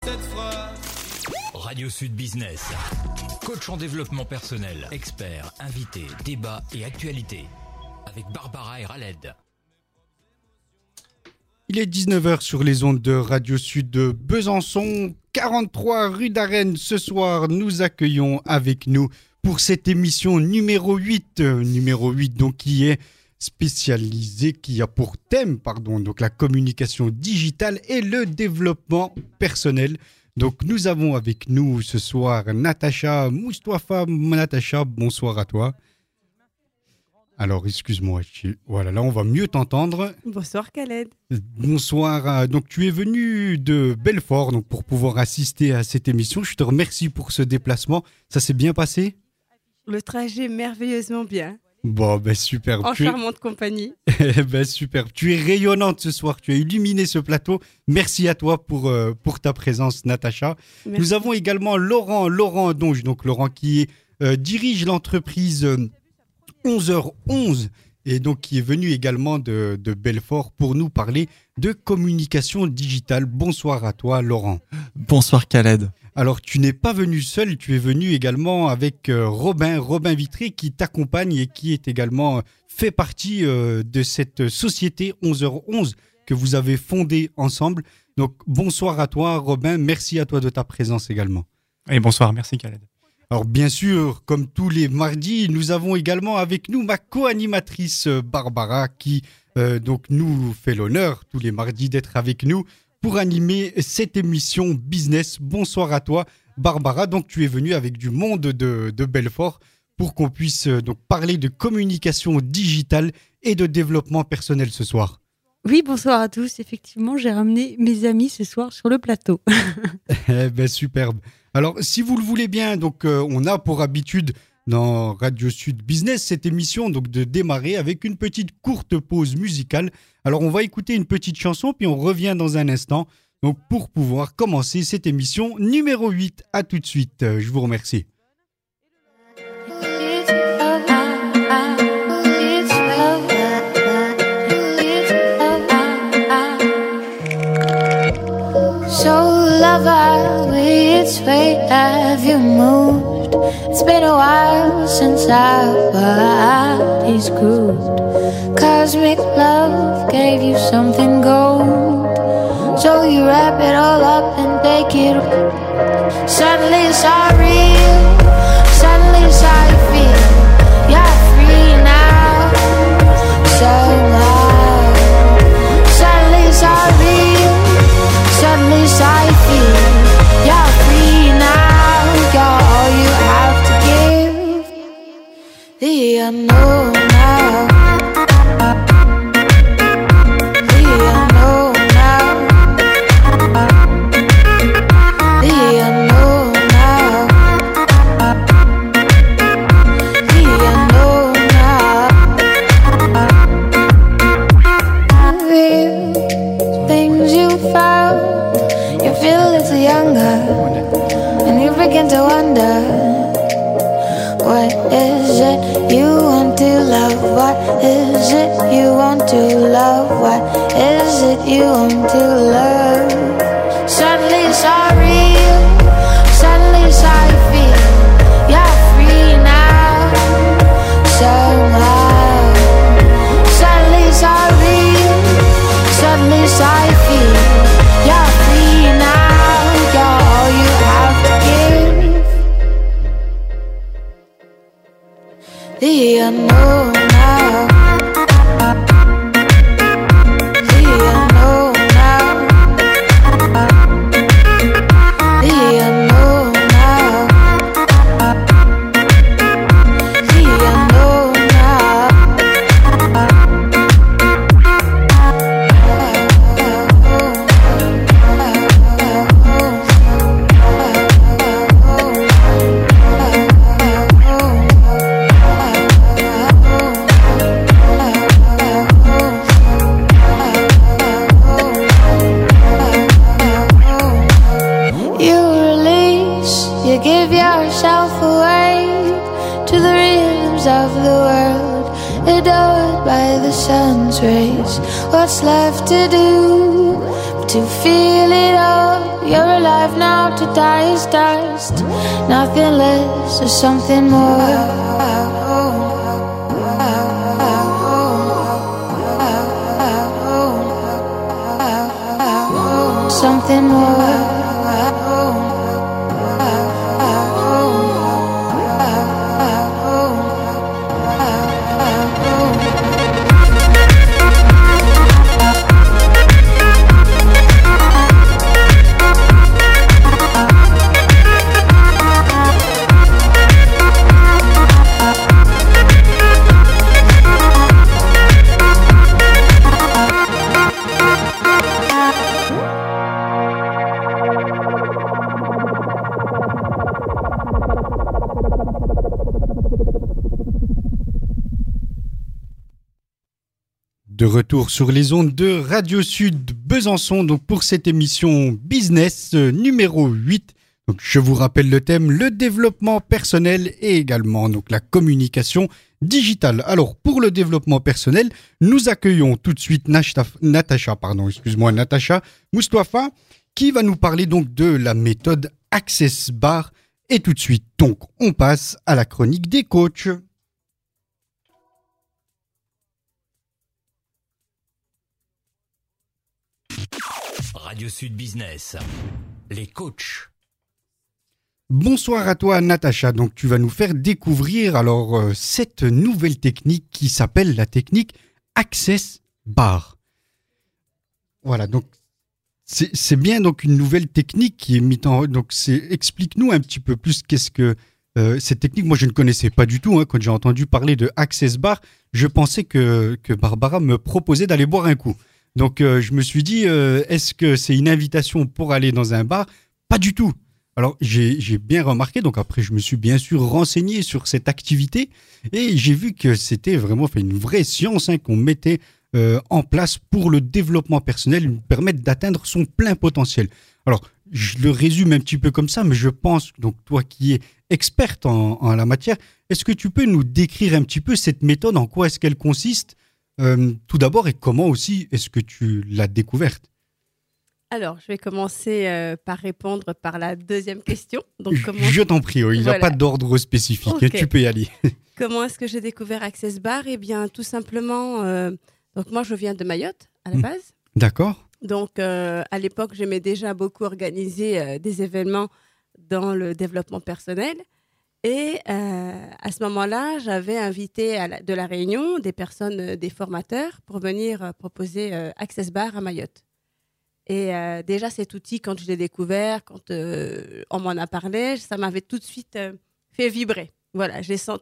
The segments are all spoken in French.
Radio Sud Business. Coach en développement personnel, expert, invité, débat et actualité. Avec Barbara et Khaled. Il est 19h sur les ondes de Radio Sud de Besançon, 43 rue d'Arène. Ce soir, nous accueillons avec nous pour cette émission numéro 8, donc qui est spécialisée, qui a pour thème, donc la communication digitale et le développement personnel. Donc nous avons avec nous ce soir Natacha Moustapha. Natacha, bonsoir à toi. Alors, excuse-moi, voilà, là on va mieux t'entendre. Bonsoir Khaled. Bonsoir, donc tu es venu de Belfort donc, pour pouvoir assister à cette émission. Je te remercie pour ce déplacement. Ça s'est bien passé ? Le trajet merveilleusement bien. Bon, ben superbe. En charmante compagnie. Ben superbe. Tu es rayonnante ce soir, tu as illuminé ce plateau. Merci à toi pour ta présence, Natacha. Merci. Nous avons également Laurent Donge, donc Laurent qui dirige l'entreprise 11h11 et donc qui est venu également de Belfort pour nous parler de communication digitale. Bonsoir à toi, Laurent. Bonsoir, Khaled. Alors, tu n'es pas venu seul, tu es venu également avec Robin Vitré qui t'accompagne et qui est également fait partie de cette société 11h11 que vous avez fondée ensemble. Donc, bonsoir à toi, Robin. Merci à toi de ta présence également. Et bonsoir, merci, Khaled. Alors bien sûr, comme tous les mardis, nous avons également avec nous ma co-animatrice Barbara qui donc nous fait l'honneur tous les mardis d'être avec nous pour animer cette émission business. Bonsoir à toi Barbara, donc tu es venue avec du monde de Belfort pour qu'on puisse donc parler de communication digitale et de développement personnel ce soir. Oui, bonsoir à tous. Effectivement, j'ai ramené mes amis ce soir sur le plateau. Eh ben superbe. Alors, si vous le voulez bien, donc on a pour habitude dans Radio Sud Business cette émission donc de démarrer avec une petite courte pause musicale. Alors, on va écouter une petite chanson puis on revient dans un instant. Donc, pour pouvoir commencer cette émission numéro 8. À tout de suite. Je vous remercie. So lover, which way have you moved? It's been a while since our bodies grooved. Cosmic love gave you something gold, so you wrap it all up and take it. Suddenly it's all real, suddenly it's how you feel. You're free now, somehow. Suddenly it's all real, suddenly it's how you feel. You're free now, you're all you have to give. The unknown now, the unknown now, the unknown now, the unknown now. Real things you found, you feel a little younger, and you begin to wonder, what is it you want to love? What is it you want to love? What is it you want to love? Suddenly it's all real, suddenly it's how you feel. You're free now, somehow. Suddenly it's all real, suddenly it's how you feel. You're free now, you're all you have to give. The unknown now, the unknown now, the unknown now, the unknown now. Adored by the sun's rays, what's left to do but to feel it all. You're alive now, to die is dust. Nothing less or something more. Something more. De retour sur les ondes de Radio Sud Besançon, donc pour cette émission business numéro 8. Donc je vous rappelle le thème, le développement personnel et également donc la communication digitale. Alors pour le développement personnel, nous accueillons tout de suite Natacha Moustapha qui va nous parler donc de la méthode Access Bar. Et tout de suite, donc on passe à la chronique des coachs. Radio Sud Business, les coachs. Bonsoir à toi Natacha, donc tu vas nous faire découvrir alors cette nouvelle technique qui s'appelle la technique Access Bar. Voilà, donc c'est bien donc une nouvelle technique qui est mise en... Donc explique-nous un petit peu plus qu'est-ce que cette technique. Moi je ne connaissais pas du tout, quand j'ai entendu parler de Access Bar, je pensais que Barbara me proposait d'aller boire un coup. Donc je me suis dit, est-ce que c'est une invitation pour aller dans un bar ? Pas du tout. Alors j'ai bien remarqué, donc après je me suis bien sûr renseigné sur cette activité et j'ai vu que c'était vraiment une vraie science qu'on mettait en place pour le développement personnel, lui permettre d'atteindre son plein potentiel. Alors je le résume un petit peu comme ça, mais je pense, donc toi qui es experte en la matière, est-ce que tu peux nous décrire un petit peu cette méthode, en quoi est-ce qu'elle consiste ? Tout d'abord, et comment aussi est-ce que tu l'as découverte ? Alors, je vais commencer par répondre par la deuxième question. Donc, Je t'en prie, il n'y a pas d'ordre spécifique, Okay. Tu peux y aller. Comment est-ce que j'ai découvert Access Bar ? Eh bien, tout simplement, donc moi, je viens de Mayotte, à la base. D'accord. Donc, à l'époque, j'aimais déjà beaucoup organiser des événements dans le développement personnel. Et à ce moment-là, j'avais invité de la Réunion des personnes, des formateurs, pour venir proposer Access Bar à Mayotte. Et déjà, cet outil, quand je l'ai découvert, quand on m'en a parlé, ça m'avait tout de suite fait vibrer. Voilà,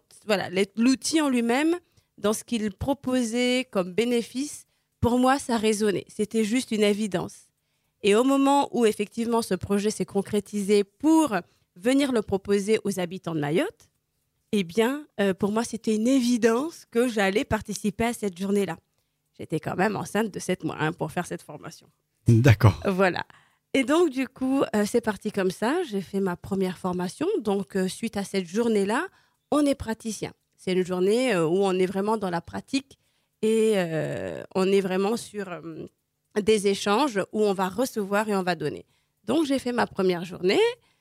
l'outil en lui-même, dans ce qu'il proposait comme bénéfice, pour moi, ça résonnait. C'était juste une évidence. Et au moment où, effectivement, ce projet s'est concrétisé pour venir le proposer aux habitants de Mayotte, eh bien, pour moi, c'était une évidence que j'allais participer à cette journée-là. J'étais quand même enceinte de 7 mois pour faire cette formation. D'accord. Voilà. Et donc, du coup, c'est parti comme ça. J'ai fait ma première formation. Donc, suite à cette journée-là, on est praticien. C'est une journée où on est vraiment dans la pratique et on est vraiment sur des échanges où on va recevoir et on va donner. Donc, j'ai fait ma première journée.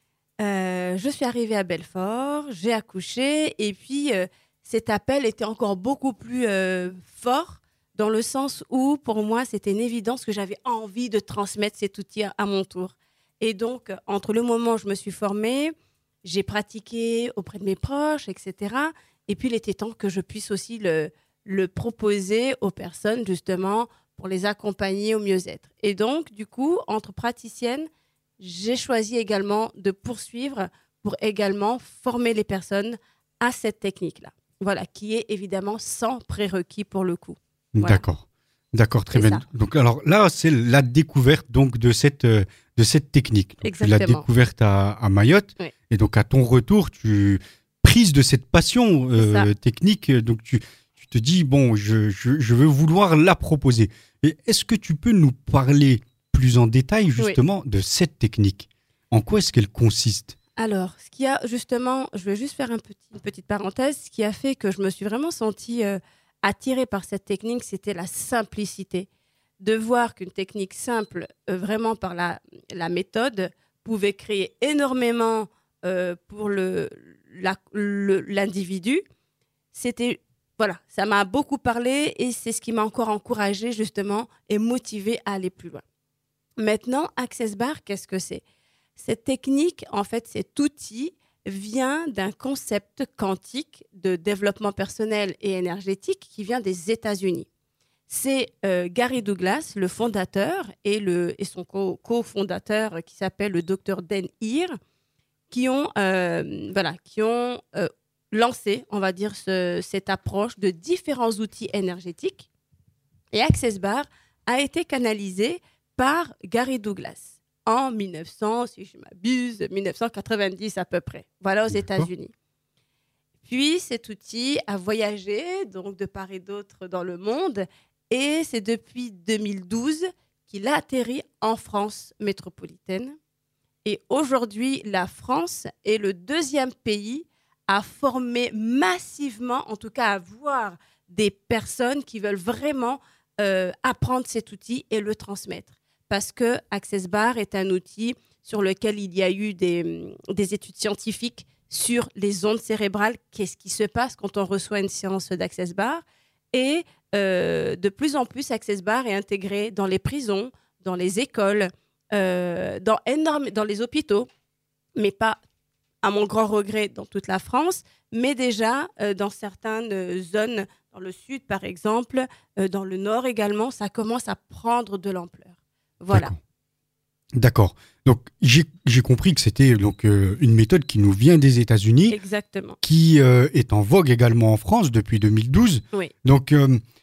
Je suis arrivée à Belfort, j'ai accouché et puis cet appel était encore beaucoup plus fort dans le sens où pour moi c'était une évidence que j'avais envie de transmettre cet outil à mon tour. Et donc entre le moment où je me suis formée, j'ai pratiqué auprès de mes proches, etc. Et puis il était temps que je puisse aussi le proposer aux personnes justement pour les accompagner au mieux-être. Et donc du coup, entre praticiennes, j'ai choisi également de poursuivre pour également former les personnes à cette technique-là. Voilà, qui est évidemment sans prérequis pour le coup. Voilà. D'accord, très C'est bien. ça. Donc alors là, c'est la découverte donc de cette technique. Donc, tu l'as Exactement. découverte à Mayotte, Oui. et donc à ton retour, prise de cette passion C'est ça. technique, donc tu te dis bon, je veux vouloir la proposer. Et est-ce que tu peux nous parler plus en détail justement de cette technique ? En quoi est-ce qu'elle consiste ? Alors, ce qui a justement, je vais juste faire une petite parenthèse, ce qui a fait que je me suis vraiment sentie attirée par cette technique, c'était la simplicité. de voir qu'une technique simple, vraiment par la méthode, pouvait créer énormément pour l'individu, voilà, ça m'a beaucoup parlé et c'est ce qui m'a encore encouragée justement et motivée à aller plus loin. Maintenant, Access Bar, qu'est-ce que c'est ? Cette technique, en fait, cet outil vient d'un concept quantique de développement personnel et énergétique qui vient des États-Unis. C'est Gary Douglas, le fondateur, et son cofondateur qui s'appelle le Dr Dan Heer, qui ont lancé, on va dire, cette approche de différents outils énergétiques. Et Access Bar a été canalisé par Gary Douglas en 1990 à peu près, voilà, aux États-Unis. Puis cet outil a voyagé donc de part et d'autre dans le monde et c'est depuis 2012 qu'il a atterri en France métropolitaine. Et aujourd'hui, la France est le 2e pays à former massivement, en tout cas à voir des personnes qui veulent vraiment apprendre cet outil et le transmettre. Parce que Access Bar est un outil sur lequel il y a eu des études scientifiques sur les ondes cérébrales, qu'est-ce qui se passe quand on reçoit une séance d'Access Bar. Et de plus en plus, Access Bar est intégré dans les prisons, dans les écoles, dans les hôpitaux, mais pas, à mon grand regret, dans toute la France, mais déjà dans certaines zones, dans le sud par exemple, dans le nord également, ça commence à prendre de l'ampleur. Voilà. D'accord. Donc, j'ai compris que c'était donc une méthode qui nous vient des États-Unis. Exactement. Qui est en vogue également en France depuis 2012. Oui. Donc,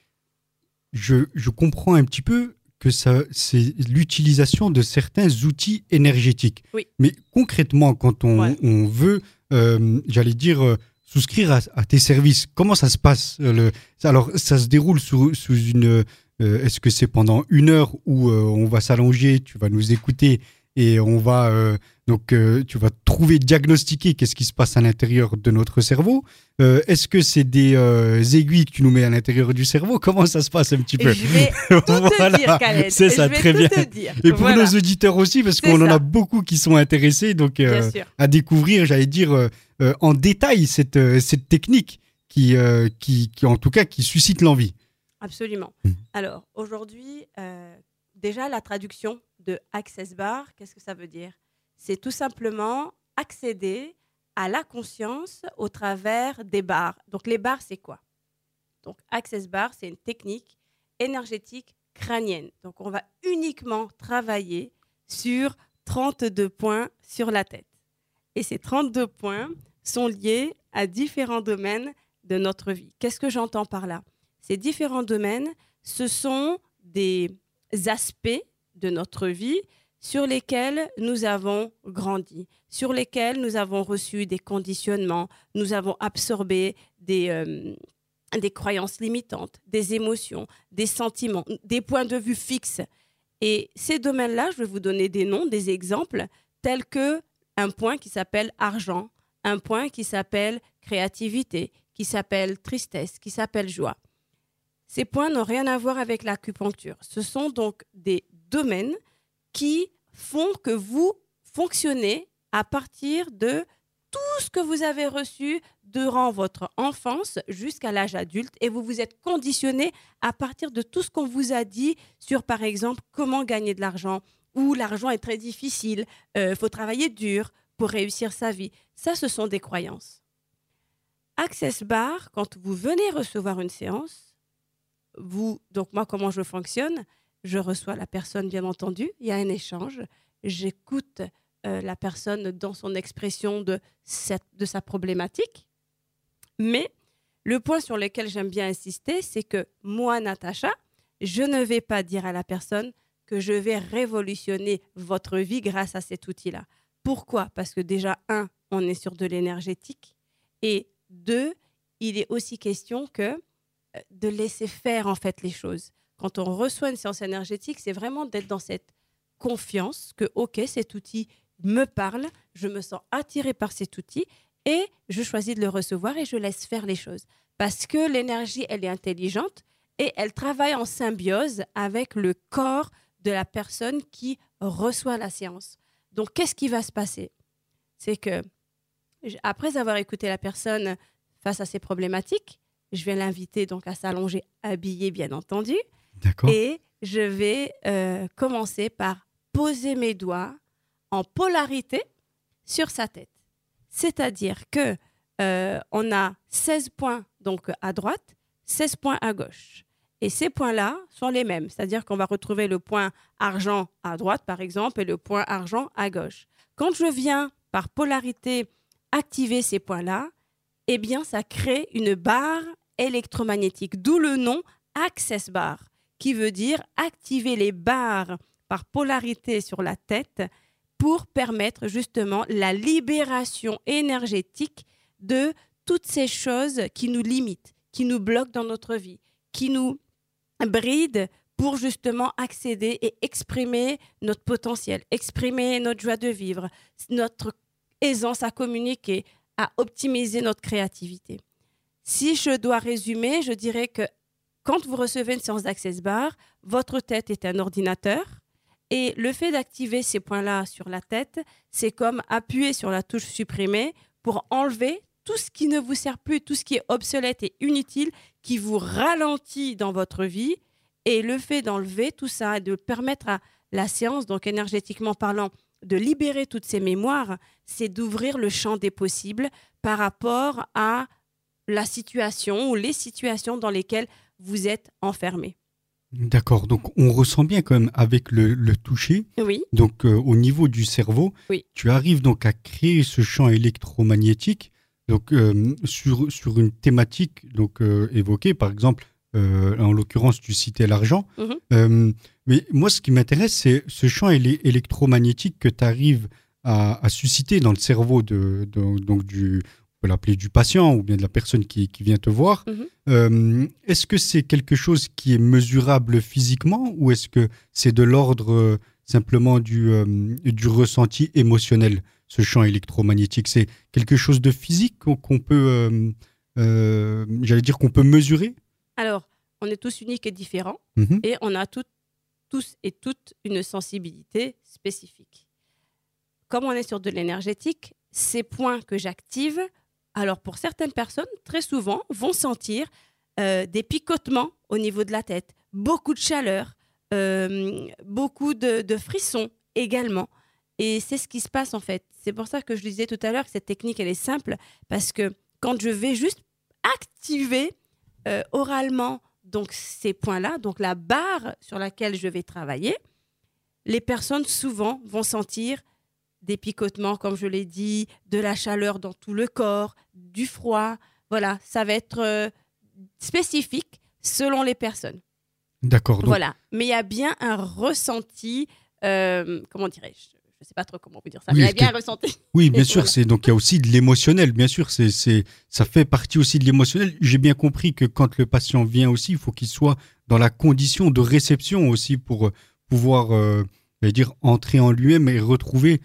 je comprends un petit peu que c'est l'utilisation de certains outils énergétiques. Oui. Mais concrètement, quand on veut, j'allais dire, souscrire à tes services, comment ça se passe Alors, ça se déroule sous une... est-ce que c'est pendant 1 heure où on va s'allonger, tu vas nous écouter et on va tu vas trouver, diagnostiquer qu'est-ce qui se passe à l'intérieur de notre cerveau. Est-ce que c'est des aiguilles que tu nous mets à l'intérieur du cerveau? Comment ça se passe un petit peu? Je vais tout te dire, Khaled. C'est ça, très bien. Et pour nos auditeurs aussi, parce qu'on en a beaucoup qui sont intéressés donc à découvrir, j'allais dire, en détail cette technique qui en tout cas, qui suscite l'envie. Absolument. Alors, aujourd'hui, déjà, la traduction de Access Bar, qu'est-ce que ça veut dire? C'est tout simplement accéder à la conscience au travers des barres. Donc, les barres, c'est quoi? Donc, Access Bar, c'est une technique énergétique crânienne. Donc, on va uniquement travailler sur 32 points sur la tête. Et ces 32 points sont liés à différents domaines de notre vie. Qu'est-ce que j'entends par là? Ces différents domaines, ce sont des aspects de notre vie sur lesquels nous avons grandi, sur lesquels nous avons reçu des conditionnements, nous avons absorbé des croyances limitantes, des émotions, des sentiments, des points de vue fixes. Et ces domaines-là, je vais vous donner des noms, des exemples, tels que un point qui s'appelle argent, un point qui s'appelle créativité, qui s'appelle tristesse, qui s'appelle joie. Ces points n'ont rien à voir avec l'acupuncture. Ce sont donc des domaines qui font que vous fonctionnez à partir de tout ce que vous avez reçu durant votre enfance jusqu'à l'âge adulte et vous vous êtes conditionné à partir de tout ce qu'on vous a dit sur, par exemple, comment gagner de l'argent ou l'argent est très difficile, faut travailler dur pour réussir sa vie. Ça, ce sont des croyances. Access Bar, quand vous venez recevoir une séance, donc moi, comment je fonctionne? Je reçois la personne, bien entendu. Il y a un échange. J'écoute la personne dans son expression de sa problématique. Mais le point sur lequel j'aime bien insister, c'est que moi, Natacha, je ne vais pas dire à la personne que je vais révolutionner votre vie grâce à cet outil-là. Pourquoi? Parce que déjà, 1, on est sur de l'énergétique. Et 2, il est aussi question de laisser faire en fait les choses. Quand on reçoit une séance énergétique, c'est vraiment d'être dans cette confiance que, ok, cet outil me parle, je me sens attirée par cet outil et je choisis de le recevoir et je laisse faire les choses. Parce que l'énergie, elle est intelligente, et elles travaillent en symbiose avec le corps de la personne qui reçoit la séance. Donc, qu'est-ce qui va se passer? C'est que, après avoir écouté la personne face à ses problématiques, je vais l'inviter donc à s'allonger, habillée bien entendu. D'accord. Et je vais commencer par poser mes doigts en polarité sur sa tête. C'est-à-dire que on a 16 points donc à droite, 16 points à gauche. Et ces points-là sont les mêmes. C'est-à-dire qu'on va retrouver le point argent à droite, par exemple, et le point argent à gauche. Quand je viens, par polarité, activer ces points-là, eh bien, ça crée une barre électromagnétique, d'où le nom Access Bar, qui veut dire activer les barres par polarité sur la tête pour permettre justement la libération énergétique de toutes ces choses qui nous limitent, qui nous bloquent dans notre vie, qui nous brident pour justement accéder et exprimer notre potentiel, exprimer notre joie de vivre, notre aisance à communiquer, à optimiser notre créativité. Si je dois résumer, je dirais que quand vous recevez une séance d'Access Bar, votre tête est un ordinateur et le fait d'activer ces points-là sur la tête, c'est comme appuyer sur la touche supprimer pour enlever tout ce qui ne vous sert plus, tout ce qui est obsolète et inutile, qui vous ralentit dans votre vie. Et le fait d'enlever tout ça et de permettre à la séance, donc énergétiquement parlant, de libérer toutes ces mémoires, c'est d'ouvrir le champ des possibles par rapport à la situation ou les situations dans lesquelles vous êtes enfermé. D'accord, donc on ressent bien quand même avec le toucher. Oui. Donc au niveau du cerveau, Oui. tu arrives donc à créer ce champ électromagnétique donc, sur une thématique donc, évoquée, par exemple, en l'occurrence tu citais l'argent. Mais moi ce qui m'intéresse c'est ce champ électromagnétique que tu arrives à susciter dans le cerveau donc on peut l'appeler du patient ou bien de la personne qui vient te voir. Est-ce que c'est quelque chose qui est mesurable physiquement ou est-ce que c'est de l'ordre simplement du ressenti émotionnel, ce champ électromagnétique? C'est quelque chose de physique qu'on peut, j'allais dire qu'on peut mesurer? Alors, on est tous uniques et différents et on a tous et toutes une sensibilité spécifique. Comme on est sur de l'énergétique, ces points que j'active, alors pour certaines personnes, très souvent, vont sentir des picotements au niveau de la tête, beaucoup de chaleur, beaucoup de frissons également. Et c'est ce qui se passe en fait. C'est pour ça que je disais tout à l'heure que cette technique, elle est simple, parce que quand je vais juste activer oralement donc, ces points-là, donc la barre sur laquelle je vais travailler, les personnes souvent vont sentir des picotements, comme je l'ai dit, de la chaleur dans tout le corps, du froid. Voilà, ça va être spécifique selon les personnes. D'accord. Donc... Voilà, mais il y a bien un ressenti, comment dirais-je? Je ne sais pas trop comment vous dire ça, mais il y a bien un ressenti. Oui, bien sûr, voilà. Donc il y a aussi de l'émotionnel, bien sûr, ça fait partie aussi de l'émotionnel. J'ai bien compris que quand le patient vient aussi, il faut qu'il soit dans la condition de réception aussi pour pouvoir, entrer en lui-même et retrouver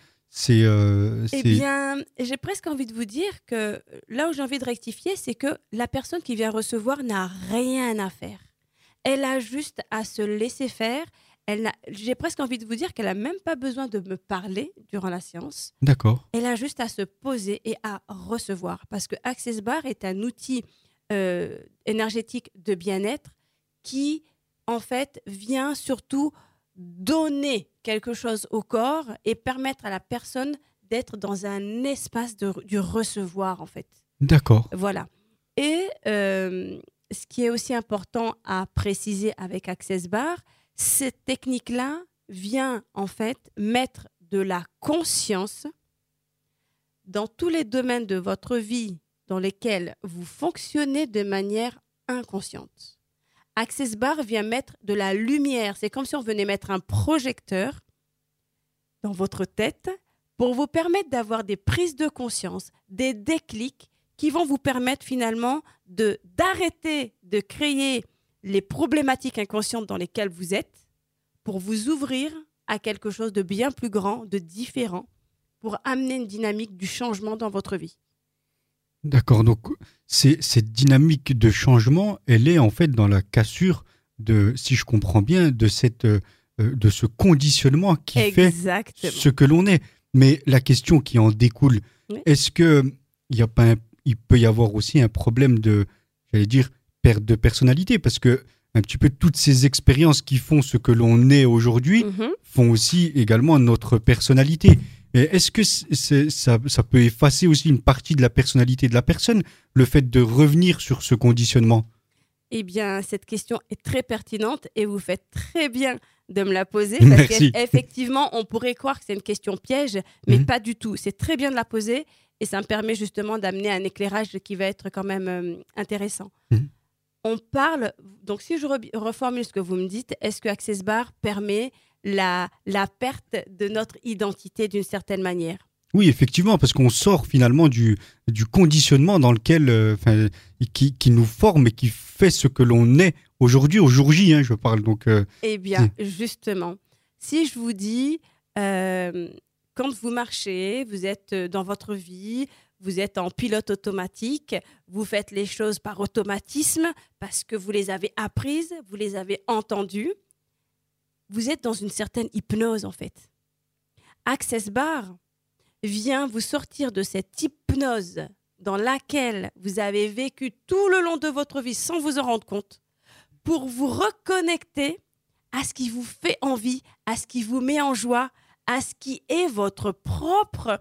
Eh bien, j'ai presque envie de vous dire que là où j'ai envie de rectifier, c'est que la personne qui vient recevoir n'a rien à faire. Elle a juste à se laisser faire. J'ai presque envie de vous dire qu'elle n'a même pas besoin de me parler durant la séance. D'accord. Elle a juste à se poser et à recevoir. Parce que Access Bar est un outil énergétique de bien-être qui, en fait, vient surtout donner quelque chose au corps et permettre à la personne d'être dans un espace du recevoir, en fait. D'accord. Voilà. Et ce qui est aussi important à préciser avec Access Bar, cette technique-là vient en fait mettre de la conscience dans tous les domaines de votre vie dans lesquels vous fonctionnez de manière inconsciente. Access Bar vient mettre de la lumière. C'est comme si on venait mettre un projecteur dans votre tête pour vous permettre d'avoir des prises de conscience, des déclics qui vont vous permettre finalement d'arrêter de créer les problématiques inconscientes dans lesquelles vous êtes pour vous ouvrir à quelque chose de bien plus grand, de différent, pour amener une dynamique du changement dans votre vie. D'accord, donc cette dynamique de changement, elle est en fait dans la cassure de, si je comprends bien, de ce conditionnement qui fait Exactement. ce que l'on est. Mais la question qui en découle, Oui. est-ce que il peut y avoir aussi un problème de, j'allais dire, perte de personnalité, parce que un petit peu toutes ces expériences qui font ce que l'on est aujourd'hui Mhm. font aussi également notre personnalité. Et est-ce que ça peut effacer aussi une partie de la personnalité de la personne, le fait de revenir sur ce conditionnement? Eh bien, cette question est très pertinente et vous faites très bien de me la poser parce Merci. qu'effectivement, on pourrait croire que c'est une question piège, mais Mhm. pas du tout. C'est très bien de la poser et ça me permet justement d'amener un éclairage qui va être quand même intéressant. Mhm. On parle, donc si je reformule ce que vous me dites, est-ce que Access Bar permet la perte de notre identité d'une certaine manière? Oui, effectivement, parce qu'on sort finalement du conditionnement dans lequel, qui nous forme et qui fait ce que l'on est aujourd'hui, au jour J, je parle. Donc, Eh bien, justement, si je vous dis, quand vous marchez, vous êtes dans votre vie, vous êtes en pilote automatique, vous faites les choses par automatisme parce que vous les avez apprises, vous les avez entendues, vous êtes dans une certaine hypnose en fait. Access Bar vient vous sortir de cette hypnose dans laquelle vous avez vécu tout le long de votre vie sans vous en rendre compte, pour vous reconnecter à ce qui vous fait envie, à ce qui vous met en joie, à ce qui est votre propre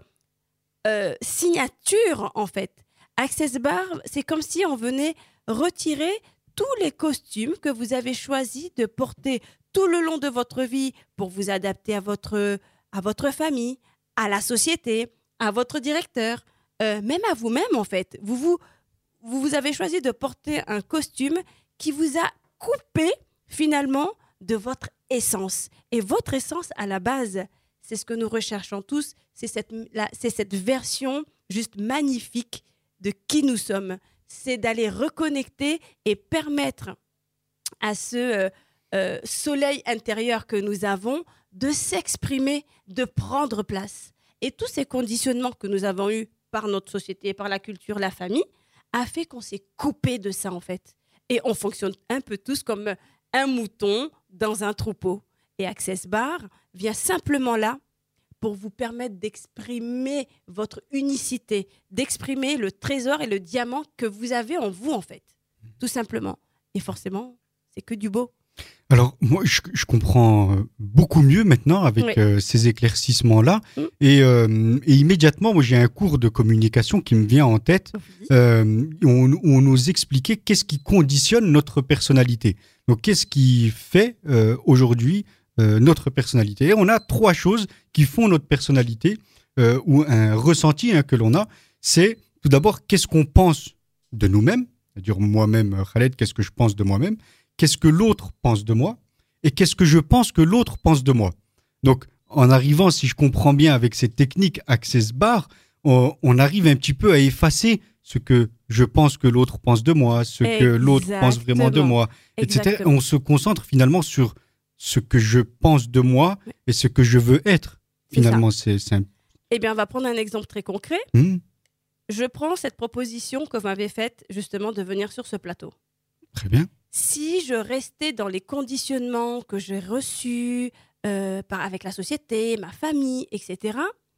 signature en fait. Access Bar, c'est comme si on venait retirer tous les costumes que vous avez choisi de porter tout le long de votre vie pour vous adapter à votre famille, à la société, à votre directeur, même à vous-même en fait. Vous avez choisi de porter un costume qui vous a coupé finalement de votre essence. Et votre essence à la base, c'est ce que nous recherchons tous, c'est cette version juste magnifique de qui nous sommes. C'est d'aller reconnecter et permettre à ce soleil intérieur que nous avons de s'exprimer, de prendre place. Et tous ces conditionnements que nous avons eus par notre société, par la culture, la famille, a fait qu'on s'est coupé de ça en fait. Et on fonctionne un peu tous comme un mouton dans un troupeau. Et Access Bar vient simplement là pour vous permettre d'exprimer votre unicité, d'exprimer le trésor et le diamant que vous avez en vous en fait, tout simplement. Et forcément, c'est que du beau. alors, moi, je comprends beaucoup mieux maintenant avec Oui. ces éclaircissements-là. Mm. Et immédiatement, moi, j'ai un cours de communication qui me vient en tête. Où on nous expliquait qu'est-ce qui conditionne notre personnalité. Donc, qu'est-ce qui fait aujourd'hui notre personnalité. Et on a 3 choses qui font notre personnalité ou un ressenti que l'on a. C'est tout d'abord, qu'est-ce qu'on pense de nous-mêmes, c'est-à-dire moi-même, Khaled, qu'est-ce que je pense de moi-même, qu'est-ce que l'autre pense de moi et qu'est-ce que je pense que l'autre pense de moi. Donc, en arrivant, si je comprends bien, avec cette technique Access Bar, on arrive un petit peu à effacer ce que je pense que l'autre pense de moi, ce que l'autre pense vraiment de moi, etc. Exactement. On se concentre finalement sur ce que je pense de moi et ce que je veux être. Finalement, c'est un... Eh bien, on va prendre un exemple très concret. Je prends cette proposition que vous m'avez faite justement de venir sur ce plateau. Très bien. Si je restais dans les conditionnements que j'ai reçus avec la société, ma famille, etc.,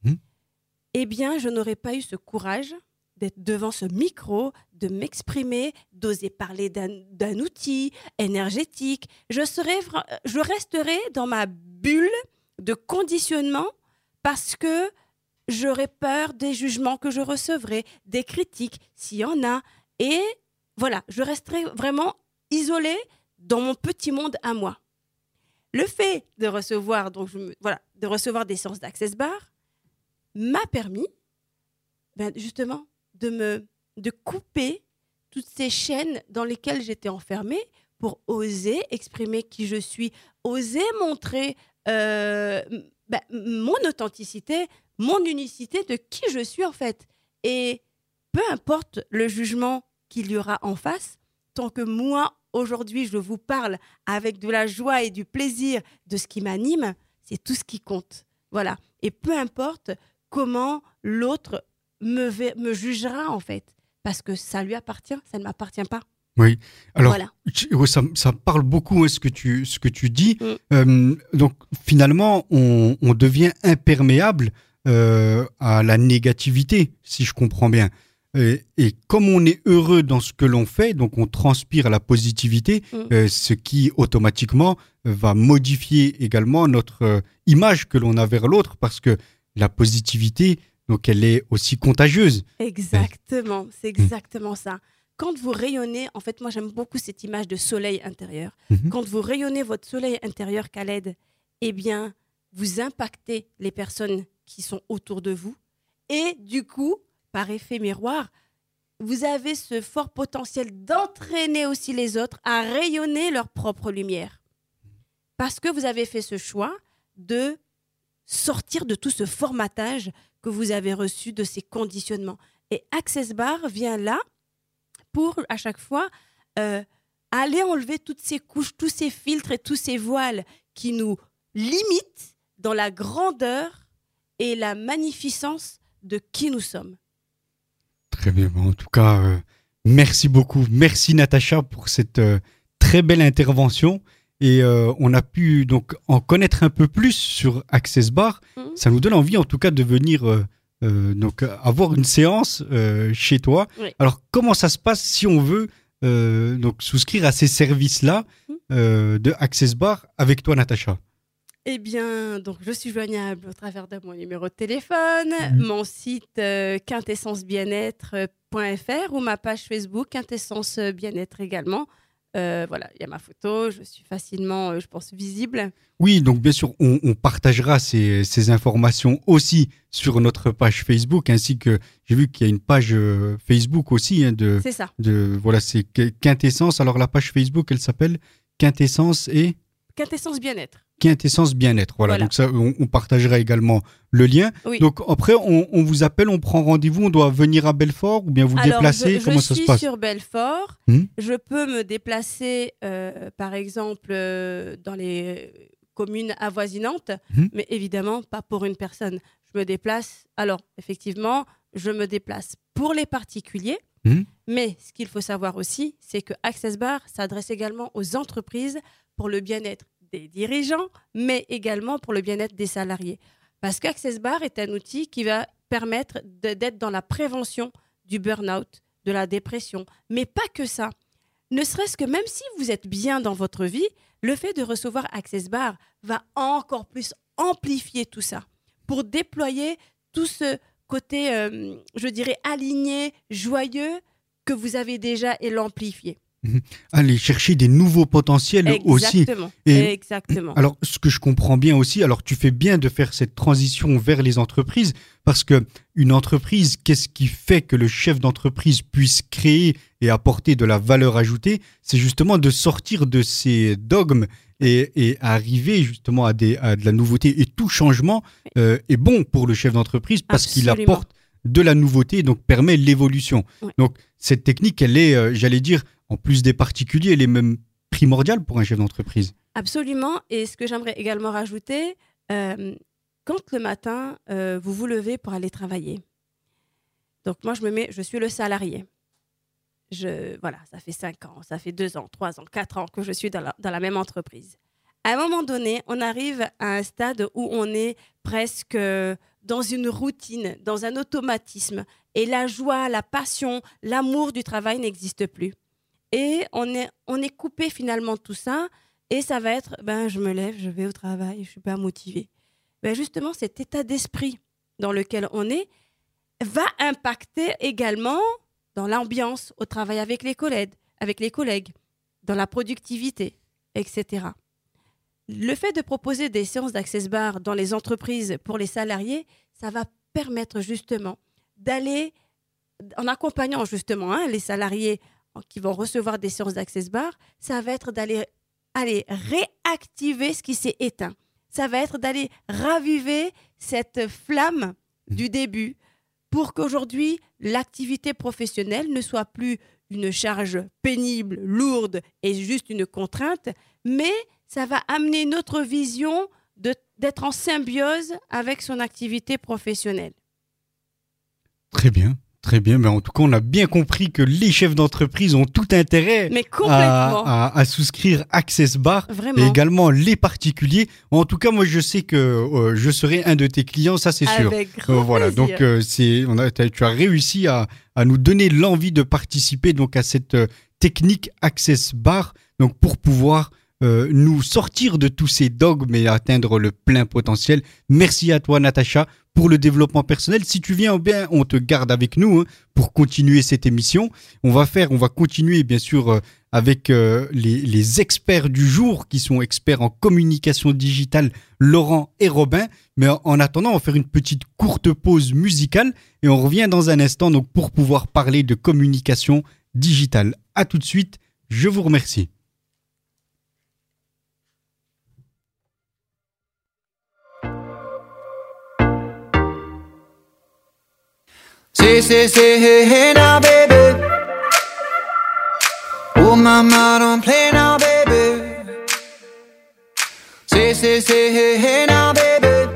eh bien, je n'aurais pas eu ce courage d'être devant ce micro, de m'exprimer, d'oser parler d'un outil énergétique. Je resterais dans ma bulle de conditionnement parce que j'aurais peur des jugements que je recevrais, des critiques, s'il y en a. Et voilà, je resterais vraiment isolée dans mon petit monde à moi. Le fait de recevoir, de recevoir des séances d'Access Bar m'a permis justement de couper toutes ces chaînes dans lesquelles j'étais enfermée pour oser exprimer qui je suis, oser montrer mon authenticité, mon unicité de qui je suis en fait. Et peu importe le jugement qu'il y aura en face, tant que moi, aujourd'hui, je vous parle avec de la joie et du plaisir de ce qui m'anime, c'est tout ce qui compte. Voilà. Et peu importe comment l'autre me jugera en fait. parce que ça lui appartient, ça ne m'appartient pas. Oui, alors Voilà. ouais, ça parle beaucoup, hein, ce que tu dis. Donc finalement, on devient imperméable à la négativité, si je comprends bien. Et comme on est heureux dans ce que l'on fait, donc on transpire la positivité, ce qui automatiquement va modifier également notre image que l'on a vers l'autre, parce que la positivité, donc elle est aussi contagieuse. Exactement, c'est exactement ça. Quand vous rayonnez, en fait, moi j'aime beaucoup cette image de soleil intérieur. Quand vous rayonnez votre soleil intérieur, Khaled, eh bien, vous impactez les personnes qui sont autour de vous. Et du coup, par effet miroir, vous avez ce fort potentiel d'entraîner aussi les autres à rayonner leur propre lumière. Parce que vous avez fait ce choix de sortir de tout ce formatage que vous avez reçu, de ces conditionnements. Et Access Bar vient là pour, à chaque fois, aller enlever toutes ces couches, tous ces filtres et tous ces voiles qui nous limitent dans la grandeur et la magnificence de qui nous sommes. Très bien. En tout cas, merci beaucoup. Merci Natacha pour cette très belle intervention. Et on a pu donc en connaître un peu plus sur Access Bar. Ça nous donne envie en tout cas de venir donc avoir une séance chez toi. Oui. Alors comment ça se passe si on veut donc souscrire à ces services-là de Access Bar avec toi, Natacha? Eh bien, donc je suis joignable au travers de mon numéro de téléphone, mon site quintessencebienêtre.fr ou ma page Facebook Quintessence Bien-être également. Voilà, il y a ma photo, je suis facilement, je pense, visible. Oui, donc bien sûr, on partagera ces informations aussi sur notre page Facebook, ainsi que j'ai vu qu'il y a une page Facebook aussi. Hein, C'est ça. Voilà, c'est Quintessence. Alors la page Facebook, elle s'appelle Quintessence et Quintessence Bien-être. Quintessence Bien-être. Voilà, donc ça, on partagera également le lien. Oui. Donc après, on vous appelle, on prend rendez-vous, on doit venir à Belfort ou bien vous déplacer. Comment ça se passe? Je suis sur Belfort. Je peux me déplacer, par exemple, dans les communes avoisinantes, mais évidemment pas pour une personne. Je me déplace. Alors, effectivement, je me déplace pour les particuliers. Mais ce qu'il faut savoir aussi, c'est que Access Bar s'adresse également aux entreprises pour le bien-être des dirigeants, mais également pour le bien-être des salariés. Parce qu'Access Bar est un outil qui va permettre d'être dans la prévention du burn-out, de la dépression. Mais pas que ça. Ne serait-ce que même si vous êtes bien dans votre vie, le fait de recevoir Access Bar va encore plus amplifier tout ça pour déployer tout ce côté, je dirais, aligné, joyeux que vous avez déjà et l'amplifier. Aller chercher des nouveaux potentiels aussi. Exactement. Alors, ce que je comprends bien aussi, alors tu fais bien de faire cette transition vers les entreprises, parce que une entreprise, qu'est-ce qui fait que le chef d'entreprise puisse créer et apporter de la valeur ajoutée? C'est justement de sortir de ces dogmes et arriver justement à de la nouveauté. Et tout changement est bon pour le chef d'entreprise parce qu'il apporte de la nouveauté, donc permet l'évolution. Ouais. Donc, cette technique, elle est, j'allais dire, en plus des particuliers, elle est même primordiale pour un chef d'entreprise. Absolument. Et ce que j'aimerais également rajouter, quand le matin, vous vous levez pour aller travailler. Donc moi, je suis le salarié. Voilà, ça fait 5 ans, ça fait 2 ans, 3 ans, 4 ans que je suis dans la même entreprise. À un moment donné, on arrive à un stade où on est presque dans une routine, dans un automatisme. Et la joie, la passion, l'amour du travail n'existe plus. Et on est coupé finalement de tout ça. Et ça va être, je me lève, je vais au travail, je ne suis pas motivée. Justement, cet état d'esprit dans lequel on est va impacter également dans l'ambiance, au travail avec les collègues, dans la productivité, etc. Le fait de proposer des séances d'Access Bar dans les entreprises pour les salariés, ça va permettre justement d'aller, en accompagnant justement les salariés qui vont recevoir des séances d'Access Bar, ça va être d'aller réactiver ce qui s'est éteint. Ça va être d'aller raviver cette flamme du début pour qu'aujourd'hui, l'activité professionnelle ne soit plus une charge pénible, lourde et juste une contrainte, mais ça va amener une autre vision d'être en symbiose avec son activité professionnelle. Très bien, Très bien, mais en tout cas, on a bien compris que les chefs d'entreprise ont tout intérêt Mais complètement. à souscrire Access Bar Vraiment. et également les particuliers. En tout cas, moi, je sais que je serai un de tes clients, ça c'est sûr. Avec grand Voilà, plaisir. donc tu as réussi à nous donner l'envie de participer donc à cette technique Access Bar, donc pour pouvoir nous sortir de tous ces dogmes et atteindre le plein potentiel. Merci à toi, Natacha, pour le développement personnel. Si tu viens bien, on te garde avec nous pour continuer cette émission. On va continuer bien sûr avec les experts du jour qui sont experts en communication digitale, Laurent et Robin. Mais en attendant, on va faire une petite courte pause musicale et on revient dans un instant donc pour pouvoir parler de communication digitale. À tout de suite, je vous remercie. Say, hey now, baby. Oh, mama, don't play now, baby. Say, hey now, baby.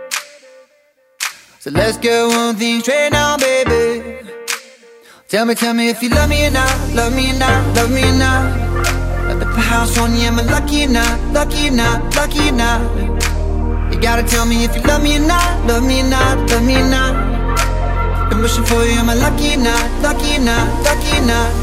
So let's get one thing straight now, baby. Tell me if you love me or not, love me or not, love me or not. At the house on you, am I lucky or not, lucky or not, lucky or not? You gotta tell me if you love me or not, love me or not, love me or not. I'm wishing for you, am I lucky or not, lucky or not, lucky or not?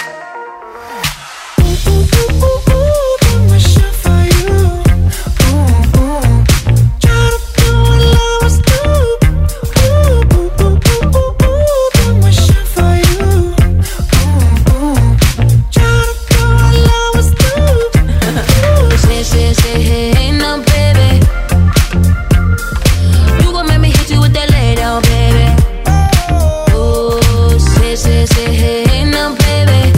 Ooh, ooh, ooh, ooh, ooh, been wishing for you. Ooh, ooh. Try to do what I was do. Ooh, ooh, ooh, ooh, ooh, ooh, been wishing for you. Ooh, ooh. Try to do what I was do. Say, hey, now, baby. You gon' make me hit you with that lay down, baby. Say, hey, now, baby.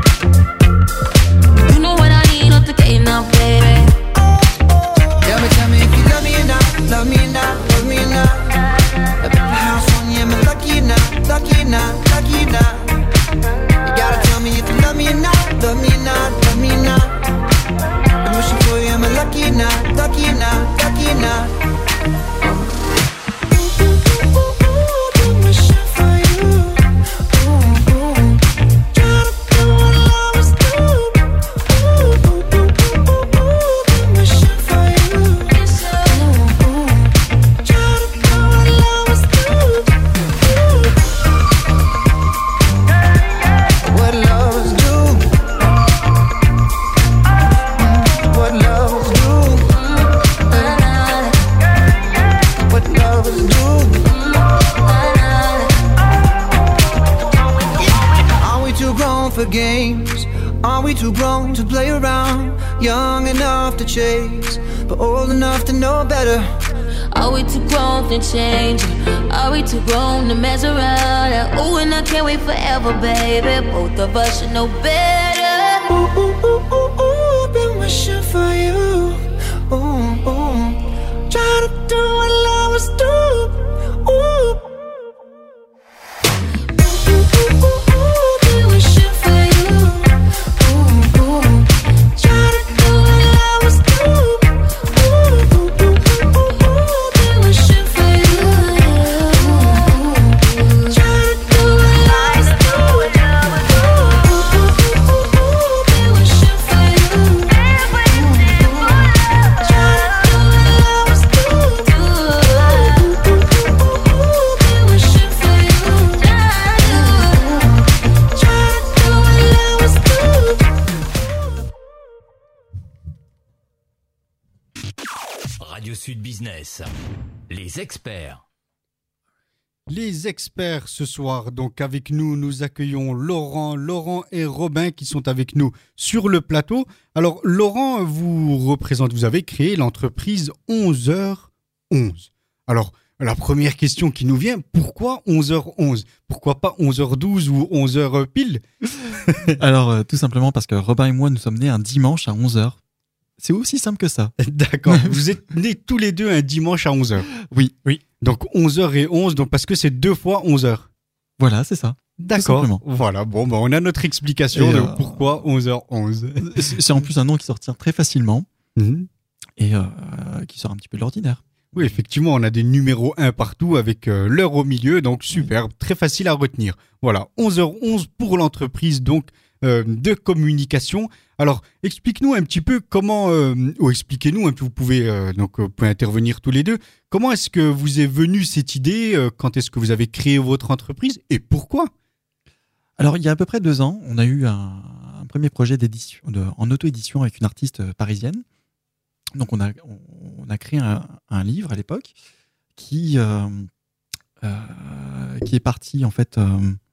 You know what I need, not the game now, baby. Tell me if you love me or not, love me or not, love me or not. At the house on you, am I lucky or not, lucky or not, lucky or not? You gotta tell me if you love me or not, love me or not, love me or not. I'm wishing for you, am I lucky or not, lucky or not, lucky or not? Games, are we too grown to play around? Young enough to chase, but old enough to know better. Are we too grown to change? Are we too grown to mess around? Oh, and I can't wait forever, baby. Both of us should know better. Ooh, ooh, ooh, ooh, ooh, been wishing for you. Ooh, ooh. Try to do what lovers do. Ooh. Radio Sud Business, les experts. Les experts ce soir, donc avec nous, nous accueillons Laurent et Robin qui sont avec nous sur le plateau. Alors Laurent, vous avez créé l'entreprise 11h11. Alors la première question qui nous vient, pourquoi 11h11 ? Pourquoi pas 11h12 ou 11h pile ? Alors tout simplement parce que Robin et moi nous sommes nés un dimanche à 11h. C'est aussi simple que ça. D'accord, vous êtes nés tous les deux un dimanche à 11h. Oui. Donc 11h et 11, donc parce que c'est 2 fois 11h. Voilà, c'est ça. D'accord, voilà, bon, bah, on a notre explication de pourquoi 11h11. C'est en plus un nom qui sort très facilement et qui sort un petit peu de l'ordinaire. Oui, effectivement, on a des numéros 1 partout avec l'heure au milieu, donc superbe, très facile à retenir. Voilà, 11h11 pour l'entreprise donc de communication. Alors, explique-nous un petit peu comment, ou expliquez-nous, hein, vous pouvez intervenir tous les deux. Comment est-ce que vous est venue cette idée quand est-ce que vous avez créé votre entreprise et pourquoi? Alors, il y a à peu près 2 ans, on a eu un premier projet d'édition, en auto-édition avec une artiste parisienne. Donc, on a créé un livre à l'époque qui est parti en fait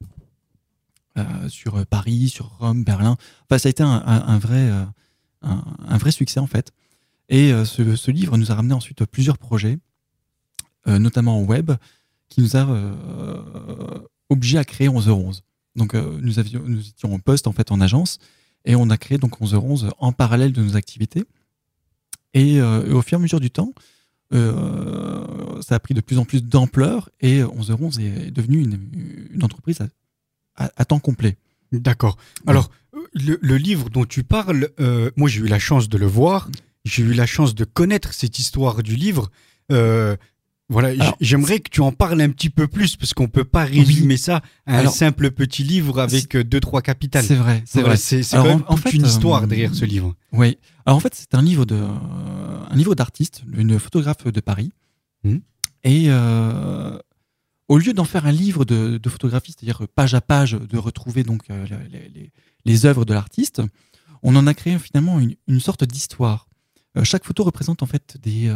sur Paris, sur Rome, Berlin. Enfin, ça a été un vrai succès en fait. Et ce livre nous a ramené ensuite plusieurs projets, notamment en web, qui nous a obligés à créer 11h11. Donc, nous étions en poste en fait en agence et on a créé donc 11h11 en parallèle de nos activités. Et au fur et à mesure du temps, ça a pris de plus en plus d'ampleur et 11h11 est devenu une entreprise à temps complet. D'accord. Alors, le livre dont tu parles, moi j'ai eu la chance de le voir, j'ai eu la chance de connaître cette histoire du livre. Voilà, alors, j'aimerais que tu en parles un petit peu plus parce qu'on peut pas résumer ça à un simple petit livre avec 2-3 capitales. C'est vrai, c'est vrai. C'est quand même une histoire derrière ce livre. Oui. Alors en fait, c'est un livre d'artiste, une photographe de Paris. Et au lieu d'en faire un livre de photographie, c'est-à-dire page à page, de retrouver donc les œuvres de l'artiste, on en a créé finalement une sorte d'histoire. Chaque photo représente en fait des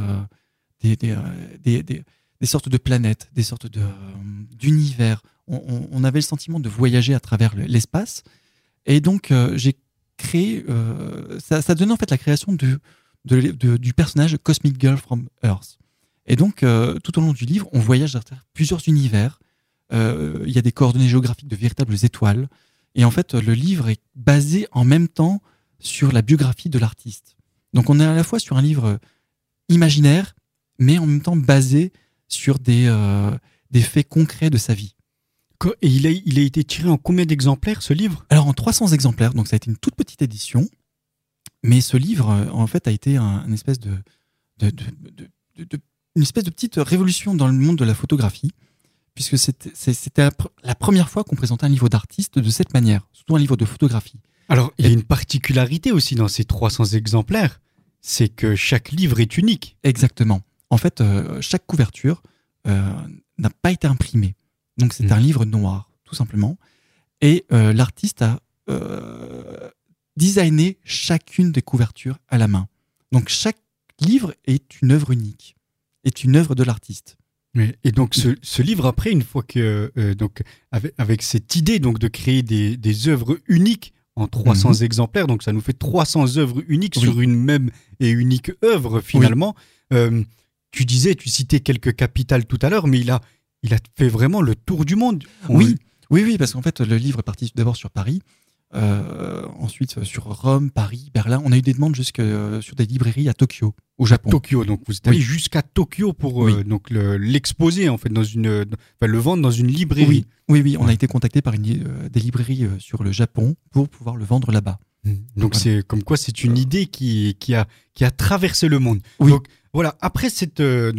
sortes de planètes, des sortes d'univers. On avait le sentiment de voyager à travers l'espace. Et donc, j'ai créé... ça donnait en fait la création du personnage Cosmic Girl from Earth. Et donc, tout au long du livre, on voyage à travers plusieurs univers. Il y a des coordonnées géographiques de véritables étoiles. Et en fait, le livre est basé en même temps sur la biographie de l'artiste. Donc, on est à la fois sur un livre imaginaire, mais en même temps basé sur des faits concrets de sa vie. Et il a été tiré en combien d'exemplaires, ce livre? Alors, en 300 exemplaires, donc ça a été une toute petite édition, mais ce livre, en fait, a été une espèce de petite révolution dans le monde de la photographie, puisque c'était la première fois qu'on présentait un livre d'artiste de cette manière, surtout un livre de photographie. Alors, il y a une particularité aussi dans ces 300 exemplaires, c'est que chaque livre est unique. Exactement. En fait, chaque couverture n'a pas été imprimée. Donc, c'est un livre noir, tout simplement. Et l'artiste a designé chacune des couvertures à la main. Donc, chaque livre est une œuvre unique, est une œuvre de l'artiste. Et donc, ce livre, après, une fois que... avec cette idée donc, de créer des œuvres uniques en 300 exemplaires, donc ça nous fait 300 œuvres uniques sur une même et unique œuvre, finalement. Oui. Tu citais quelques capitales tout à l'heure, mais il a fait vraiment le tour du monde. Oui, parce qu'en fait, le livre est parti d'abord sur Paris, ensuite sur Rome, Paris, Berlin. On a eu des demandes jusque sur des librairies à Tokyo, au Japon. Tokyo, donc vous êtes allé jusqu'à Tokyo pour donc l'exposer, en fait, le vendre dans une librairie. Oui, on a été contacté par des librairies sur le Japon pour pouvoir le vendre là-bas. Donc c'est comme quoi c'est une idée qui a traversé le monde. Oui. Donc voilà, après cette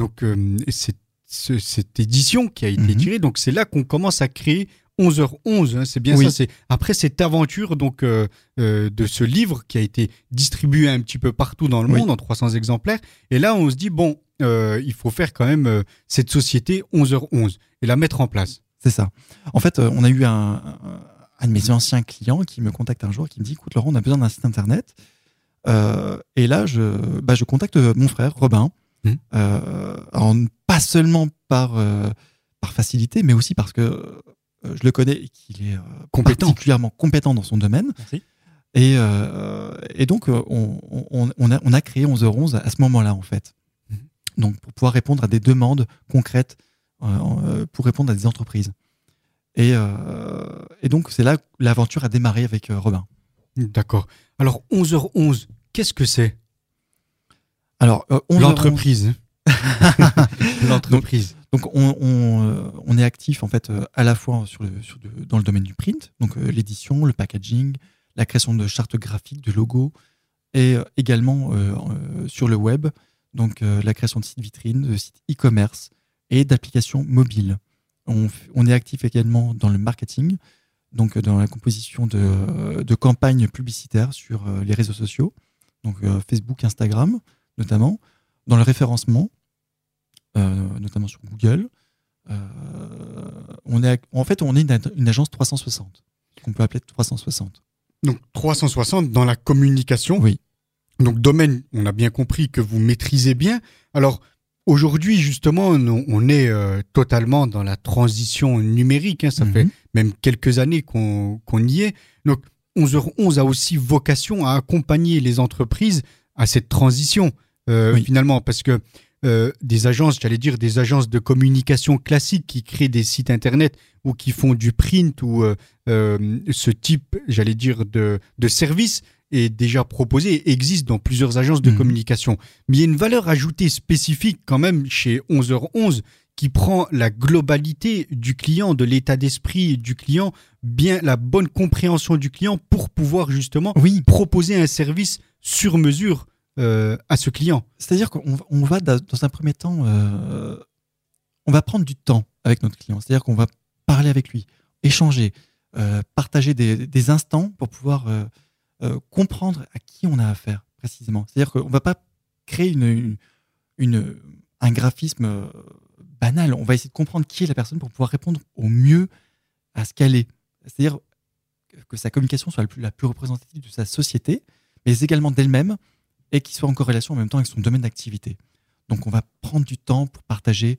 édition qui a été tirée, donc c'est là qu'on commence à créer 11h11, hein, c'est bien ça. C'est après cette aventure donc de ce livre qui a été distribué un petit peu partout dans le monde en 300 exemplaires. Et là, on se dit bon, il faut faire quand même cette société 11h11 et la mettre en place. C'est ça. En fait, on a eu un de mes anciens clients qui me contacte un jour, qui me dit écoute Laurent, on a besoin d'un site internet. Et là, je contacte mon frère Robin. Alors, pas seulement par facilité, mais aussi parce que je le connais et qu'il est particulièrement compétent dans son domaine. Merci. Et donc, on a créé 11h11 à ce moment-là, en fait. Donc, pour pouvoir répondre à des demandes concrètes, pour répondre à des entreprises. Et donc, c'est là que l'aventure a démarré avec Robin. D'accord. Alors, 11h11, qu'est-ce que c'est? Alors, l'entreprise. L'entreprise. Donc, on est actif en fait à la fois dans le domaine du print, donc l'édition, le packaging, la création de chartes graphiques, de logos, et également sur le web, donc la création de sites vitrines, de sites e-commerce et d'applications mobiles. On est actif également dans le marketing, donc dans la composition de campagnes publicitaires sur les réseaux sociaux, donc Facebook, Instagram notamment, dans le référencement, notamment sur Google. On est une agence 360, qu'on peut appeler 360. Donc 360 dans la communication. Oui. Donc domaine, on a bien compris que vous maîtrisez bien. Alors aujourd'hui justement, on est totalement dans la transition numérique. Ça fait même quelques années qu'on y est. Donc 11h11 a aussi vocation à accompagner les entreprises à cette transition finalement, parce que des agences de communication classiques qui créent des sites internet ou qui font du print ou ce type, de service est déjà proposé et existe dans plusieurs agences de communication. Mais il y a une valeur ajoutée spécifique quand même chez 11h11 qui prend la globalité du client, de l'état d'esprit du client, bien la bonne compréhension du client pour pouvoir justement proposer un service sur mesure à ce client. C'est-à-dire qu'on va dans un premier temps, on va prendre du temps avec notre client. C'est-à-dire qu'on va parler avec lui, échanger, partager des instants pour pouvoir comprendre à qui on a affaire précisément. C'est-à-dire qu'on ne va pas créer un graphisme banal. On va essayer de comprendre qui est la personne pour pouvoir répondre au mieux à ce qu'elle est. C'est-à-dire que sa communication soit la plus représentative de sa société, mais également d'elle-même, et qui soit en corrélation en même temps avec son domaine d'activité. Donc on va prendre du temps pour partager.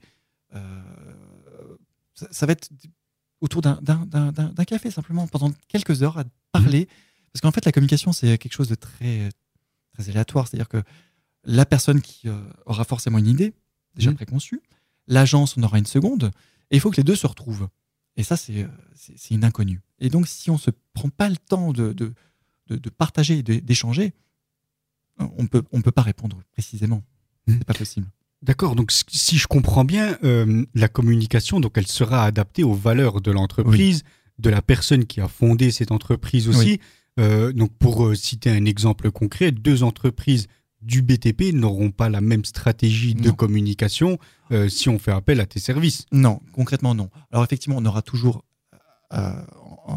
Ça va être autour d'un café, simplement, pendant quelques heures à parler. Parce qu'en fait, la communication, c'est quelque chose de très, très aléatoire. C'est-à-dire que la personne qui aura forcément une idée, déjà préconçue, l'agence en aura une seconde, et il faut que les deux se retrouvent. Et ça, c'est une inconnue. Et donc, si on ne se prend pas le temps de partager et d'échanger, on peut pas répondre précisément. C'est pas possible. D'accord. Donc, si je comprends bien, la communication, donc, elle sera adaptée aux valeurs de l'entreprise, de la personne qui a fondé cette entreprise aussi. Donc, pour citer un exemple concret, 2 entreprises du BTP n'auront pas la même stratégie de communication si on fait appel à tes services. Non, concrètement, non. Alors, effectivement, on aura toujours à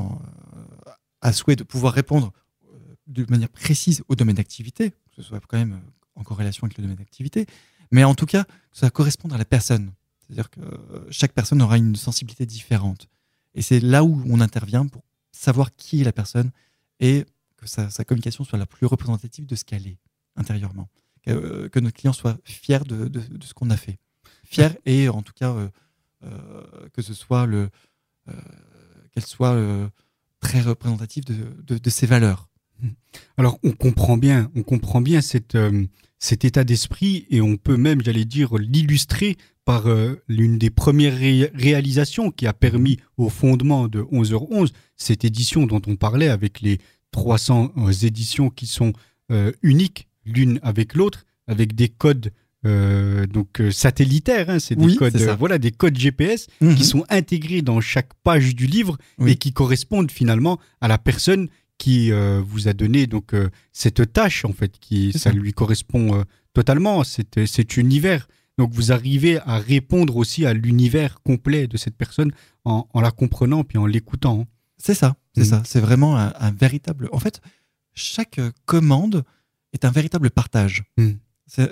souhait de pouvoir répondre de manière précise au domaine d'activité, que ce soit quand même en corrélation avec le domaine d'activité, mais en tout cas, que ça corresponde à la personne. C'est-à-dire que chaque personne aura une sensibilité différente. Et c'est là où on intervient pour savoir qui est la personne et que sa communication soit la plus représentative de ce qu'elle est intérieurement. Que notre client soit fier de ce qu'on a fait. Fier et en tout cas que ce soit qu'elle soit très représentative de ses valeurs. Alors, on comprend bien cet état d'esprit et on peut même, l'illustrer par l'une des premières réalisations qui a permis au fondement de 11h11, cette édition dont on parlait avec les 300 éditions qui sont uniques l'une avec l'autre, avec des codes satellitaires, c'est des codes, des codes GPS qui sont intégrés dans chaque page du livre et qui correspondent finalement à la personne qui vous a donné cette tâche en fait, ça lui correspond totalement, cet univers. Donc vous arrivez à répondre aussi à l'univers complet de cette personne en la comprenant puis en l'écoutant. C'est ça, c'est vraiment un véritable. En fait, chaque commande est un véritable partage. Ce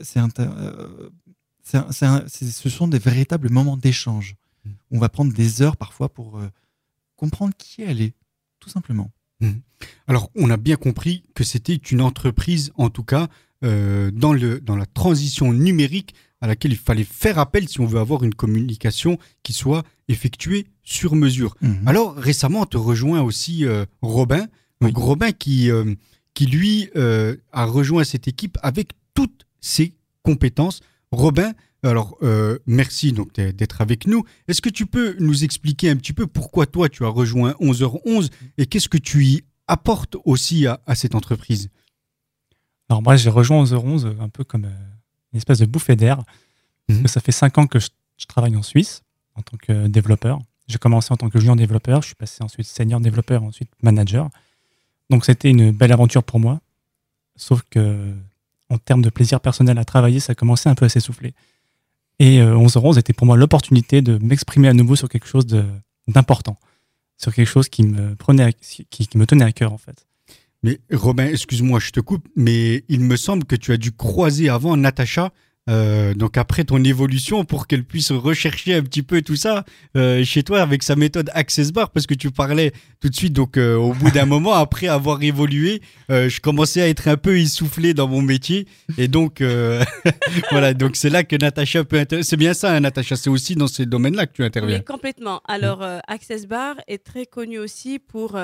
sont des véritables moments d'échange. On va prendre des heures parfois pour comprendre qui elle est, tout simplement. Alors, on a bien compris que c'était une entreprise, en tout cas, dans la transition numérique à laquelle il fallait faire appel si on veut avoir une communication qui soit effectuée sur mesure. Alors, récemment, on te rejoint aussi Robin. Donc, Robin qui lui, a rejoint cette équipe avec toutes ses compétences. Robin, alors, merci donc d'être avec nous. Est-ce que tu peux nous expliquer un petit peu pourquoi toi, tu as rejoint 11h11 et qu'est-ce que tu y apportes aussi à cette entreprise? Alors moi, j'ai rejoint 11h11 un peu comme une espèce de bouffée d'air. Parce que ça fait 5 ans que je travaille en Suisse en tant que développeur. J'ai commencé en tant que junior développeur, je suis passé ensuite senior développeur, ensuite manager. Donc c'était une belle aventure pour moi. Sauf que en termes de plaisir personnel à travailler, ça commençait un peu à s'essouffler. Et 11h11 était pour moi l'opportunité de m'exprimer à nouveau sur quelque chose d'important, sur quelque chose qui me tenait à cœur en fait. Mais Robin, excuse-moi, je te coupe, mais il me semble que tu as dû croiser avant Natacha, donc après ton évolution, pour qu'elle puisse rechercher un petit peu tout ça chez toi avec sa méthode Access Bar, parce que tu parlais tout de suite, donc au bout d'un moment, après avoir évolué, je commençais à être un peu essoufflé dans mon métier, et donc voilà, donc c'est là que Natacha peut intervenir. C'est bien ça, hein, Natacha, c'est aussi dans ces domaines-là que tu interviens. Oui, complètement. Alors, Access Bar est très connu aussi pour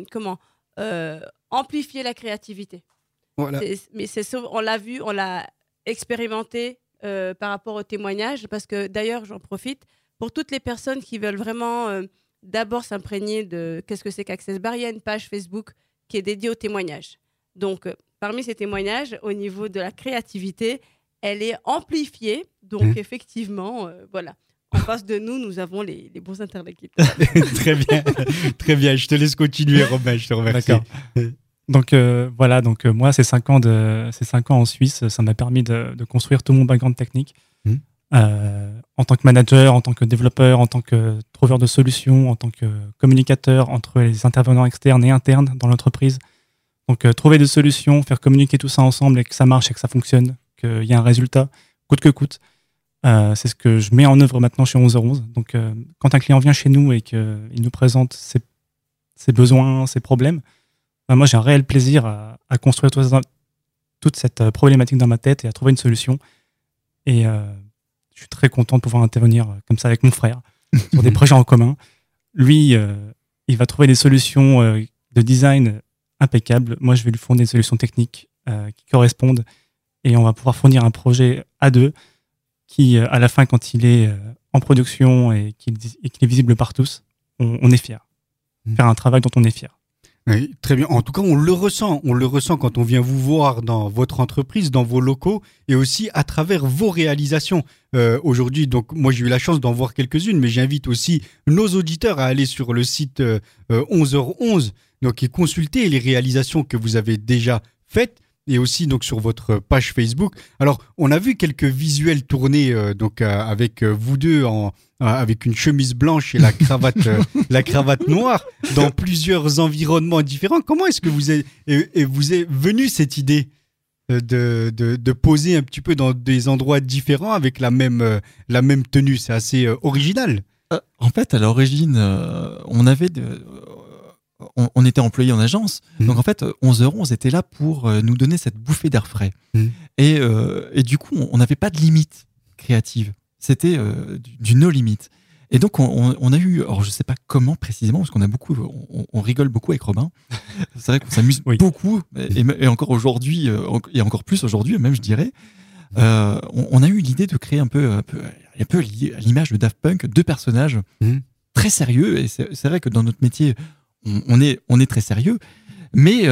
amplifier la créativité. Voilà. On l'a vu, on l'a expérimenté par rapport aux témoignages, parce que d'ailleurs, j'en profite, pour toutes les personnes qui veulent vraiment d'abord s'imprégner de qu'est-ce que c'est qu'Access Bar, il y a une page Facebook qui est dédiée aux témoignages. Donc, parmi ces témoignages, au niveau de la créativité, elle est amplifiée. Donc, effectivement, voilà. En face de nous, nous avons les bons interlocuteurs. Très bien, très bien. Je te laisse continuer, Robin, je te remercie. D'accord. Donc voilà, moi, ces 5 ans en Suisse, ça m'a permis de construire tout mon background technique. En tant que manager, en tant que développeur, en tant que trouveur de solutions, en tant que communicateur entre les intervenants externes et internes dans l'entreprise. Donc trouver des solutions, faire communiquer tout ça ensemble et que ça marche et que ça fonctionne, qu'il y ait un résultat, coûte que coûte. C'est ce que je mets en œuvre maintenant chez 11h11. Donc quand un client vient chez nous et qu'il nous présente ses besoins, ses problèmes, moi j'ai un réel plaisir à construire toute cette problématique dans ma tête et à trouver une solution. Et je suis très content de pouvoir intervenir comme ça avec mon frère sur des projets en commun. Lui, il va trouver des solutions de design impeccables. Moi, je vais lui fournir des solutions techniques qui correspondent. Et on va pouvoir fournir un projet à deux qui, à la fin, quand il est en production et qu'il est visible par tous, on est fier. Faire un travail dont on est fier. Oui, très bien. En tout cas, on le ressent quand on vient vous voir dans votre entreprise, dans vos locaux et aussi à travers vos réalisations. Aujourd'hui, donc moi j'ai eu la chance d'en voir quelques-unes, mais j'invite aussi nos auditeurs à aller sur le site 11h11 donc, et consulter les réalisations que vous avez déjà faites. Et aussi donc sur votre page Facebook. Alors, on a vu quelques visuels tournés avec vous deux avec une chemise blanche et la cravate noire dans plusieurs environnements différents. Comment est-ce que vous est venue cette idée de poser un petit peu dans des endroits différents avec la même tenue? C'est assez original. En fait, à l'origine, on était employés en agence. Donc en fait, 11h11 était là pour nous donner cette bouffée d'air frais. Et du coup, on n'avait pas de limite créative. C'était du no limite. Et donc on a eu, alors je sais pas comment précisément, parce qu'on a on rigole beaucoup avec Robin. C'est vrai qu'on s'amuse beaucoup, et encore aujourd'hui, et encore plus aujourd'hui même, je dirais. On a eu l'idée de créer un peu à l'image de Daft Punk, deux personnages très sérieux. Et c'est vrai que dans notre métier, on est très sérieux, mais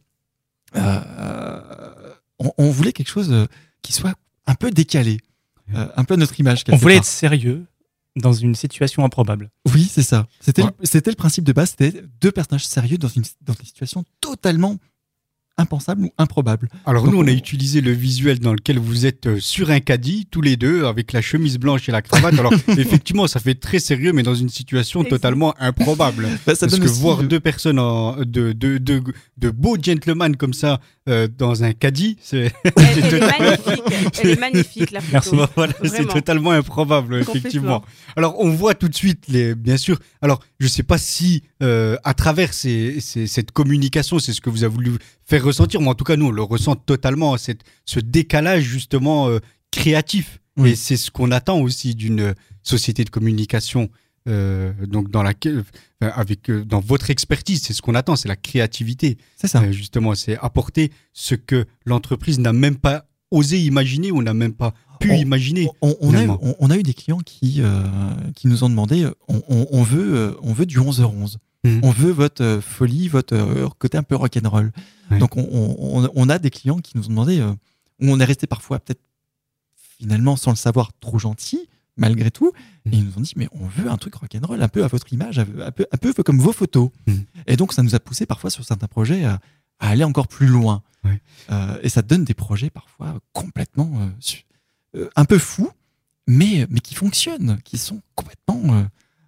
on voulait quelque chose qui soit un peu décalé, un peu à notre image. On voulait être sérieux dans une situation improbable. Oui, c'est ça. C'était le principe de base, c'était deux personnages sérieux dans une situation totalement impensable ou improbable. Alors donc, nous, on a utilisé le visuel dans lequel vous êtes sur un caddie, tous les deux, avec la chemise blanche et la cravate. Alors effectivement, ça fait très sérieux, mais dans une situation totalement improbable. Parce que voir deux personnes, de beaux gentlemen comme ça, dans un caddie, c'est... Elle est magnifique, la photo. Merci. Voilà, c'est totalement improbable, effectivement. Alors, on voit tout de suite, bien sûr... Alors, je ne sais pas si, à travers cette communication, c'est ce que vous avez voulu faire ressentir, mais en tout cas, nous, on le ressent totalement, ce décalage, justement, créatif. Oui. Et c'est ce qu'on attend aussi d'une société de communication, donc dans laquelle... dans votre expertise, c'est ce qu'on attend, c'est la créativité. C'est ça. Justement, c'est apporter ce que l'entreprise n'a même pas osé imaginer ou n'a même pas pu imaginer. On a eu des clients qui nous ont demandé on veut du 11h11. On veut votre folie, votre côté un peu rock'n'roll. Ouais. Donc on a des clients qui nous ont demandé, où on est resté parfois peut-être finalement sans le savoir trop gentil, malgré tout, et ils nous ont dit mais on veut un truc rock'n'roll, un peu à votre image, un peu comme vos photos. Et donc ça nous a poussé parfois sur certains projets aller encore plus loin. Ouais. Et ça donne des projets parfois complètement un peu fous, mais qui fonctionnent, qui sont complètement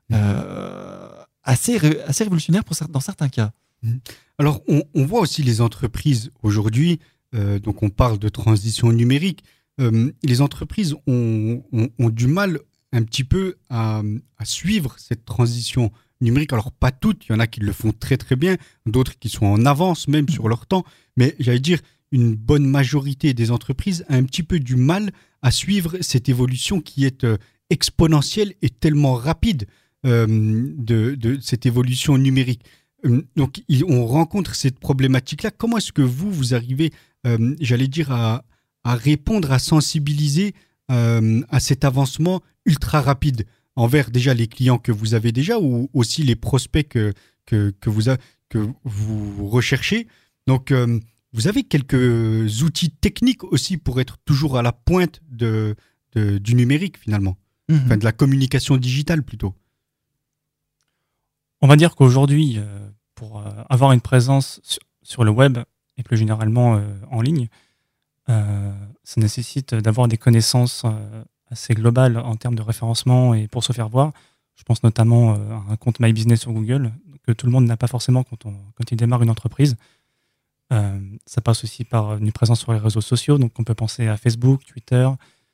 assez révolutionnaires dans certains cas. Alors, on voit aussi les entreprises aujourd'hui, donc on parle de transition numérique, les entreprises ont du mal un petit peu à suivre cette transition numérique. Alors, pas toutes, il y en a qui le font très très bien, d'autres qui sont en avance même sur leur temps, mais j'allais dire, une bonne majorité des entreprises a un petit peu du mal à suivre cette évolution qui est exponentielle et tellement rapide de cette évolution numérique. Donc, on rencontre cette problématique-là. Comment est-ce que vous arrivez, j'allais dire, à répondre, à sensibiliser à cet avancement ultra rapide envers déjà les clients que vous avez déjà ou aussi les prospects que vous recherchez. Donc, vous avez quelques outils techniques aussi pour être toujours à la pointe du numérique finalement, enfin de la communication digitale plutôt. On va dire qu'aujourd'hui, pour avoir une présence sur le web et plus généralement en ligne, ça nécessite d'avoir des connaissances assez globales en termes de référencement et pour se faire voir. Je pense notamment à un compte My Business sur Google que tout le monde n'a pas forcément quand il démarre une entreprise. Ça passe aussi par une présence sur les réseaux sociaux, donc on peut penser à Facebook, Twitter.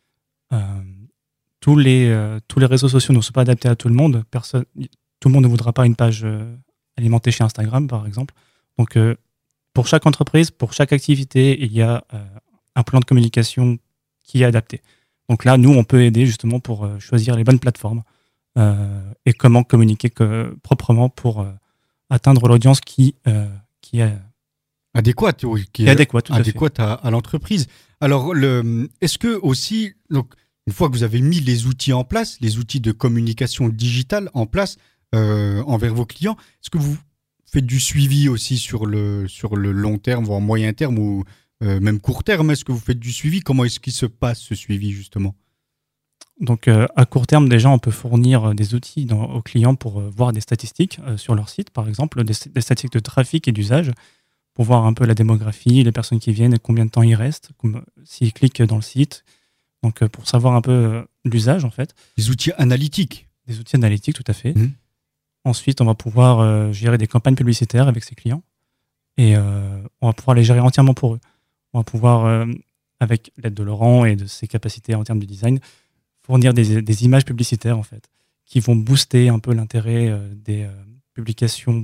Tous les réseaux sociaux ne sont pas adaptés à tout le monde. Tout le monde ne voudra pas une page alimentée chez Instagram, par exemple. Donc, pour chaque entreprise, pour chaque activité, il y a un plan de communication qui est adapté. Donc là, nous, on peut aider justement pour choisir les bonnes plateformes et comment communiquer proprement pour atteindre l'audience qui est adéquate, oui, qui est adéquate, à l'entreprise. Alors, est-ce que aussi, donc, une fois que vous avez mis les outils en place, les outils de communication digitale en place envers vos clients, est-ce que vous faites du suivi aussi sur le long terme, voire moyen terme ou même court terme? Est-ce que vous faites du suivi? Comment est-ce qu'il se passe ce suivi justement? Donc, à court terme, déjà, on peut fournir des outils aux clients pour voir des statistiques sur leur site, par exemple, des statistiques de trafic et d'usage, pour voir un peu la démographie, les personnes qui viennent et combien de temps ils restent, s'ils cliquent dans le site. Donc, pour savoir un peu l'usage, en fait. Des outils analytiques. Des outils analytiques, tout à fait. Ensuite, on va pouvoir gérer des campagnes publicitaires avec ses clients. Et on va pouvoir les gérer entièrement pour eux. On va pouvoir, avec l'aide de Laurent et de ses capacités en termes de design, fournir des images publicitaires, en fait, qui vont booster un peu l'intérêt des publications,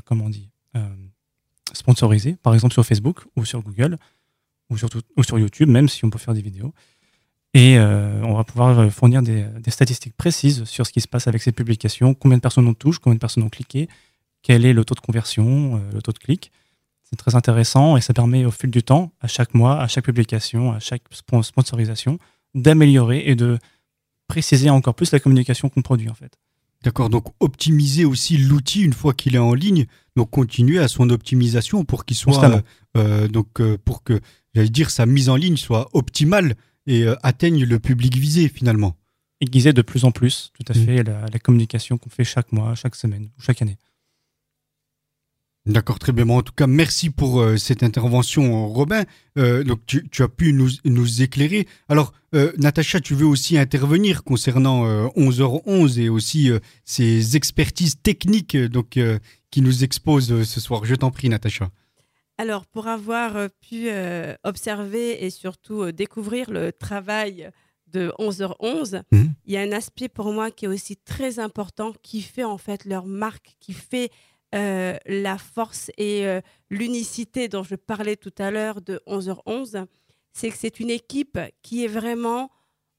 sponsorisées, par exemple sur Facebook ou sur Google ou sur YouTube, même si on peut faire des vidéos. Et on va pouvoir fournir des statistiques précises sur ce qui se passe avec ces publications, combien de personnes on touche, combien de personnes ont cliqué, quel est le taux de conversion, le taux de clic. C'est très intéressant et ça permet au fil du temps, à chaque mois, à chaque publication, à chaque sponsorisation, d'améliorer et de préciser encore plus la communication qu'on produit en fait. D'accord, donc optimiser aussi l'outil une fois qu'il est en ligne, donc continuer à son optimisation pour qu'il soit, pour que, j'allais dire, sa mise en ligne soit optimale et atteigne le public visé finalement. Aiguiser de plus en plus, tout à fait, la communication qu'on fait chaque mois, chaque semaine ou chaque année. D'accord, très bien. Bon, en tout cas, merci pour cette intervention, Robin. Donc, tu as pu nous éclairer. Alors, Natacha, tu veux aussi intervenir concernant 11h11 et aussi ces expertises techniques qui nous exposent ce soir. Je t'en prie, Natacha. Alors, pour avoir pu observer et surtout découvrir le travail de 11h11, il y a un aspect pour moi qui est aussi très important, qui fait en fait leur marque, qui fait la force et l'unicité dont je parlais tout à l'heure de 11h11, c'est que c'est une équipe qui est vraiment,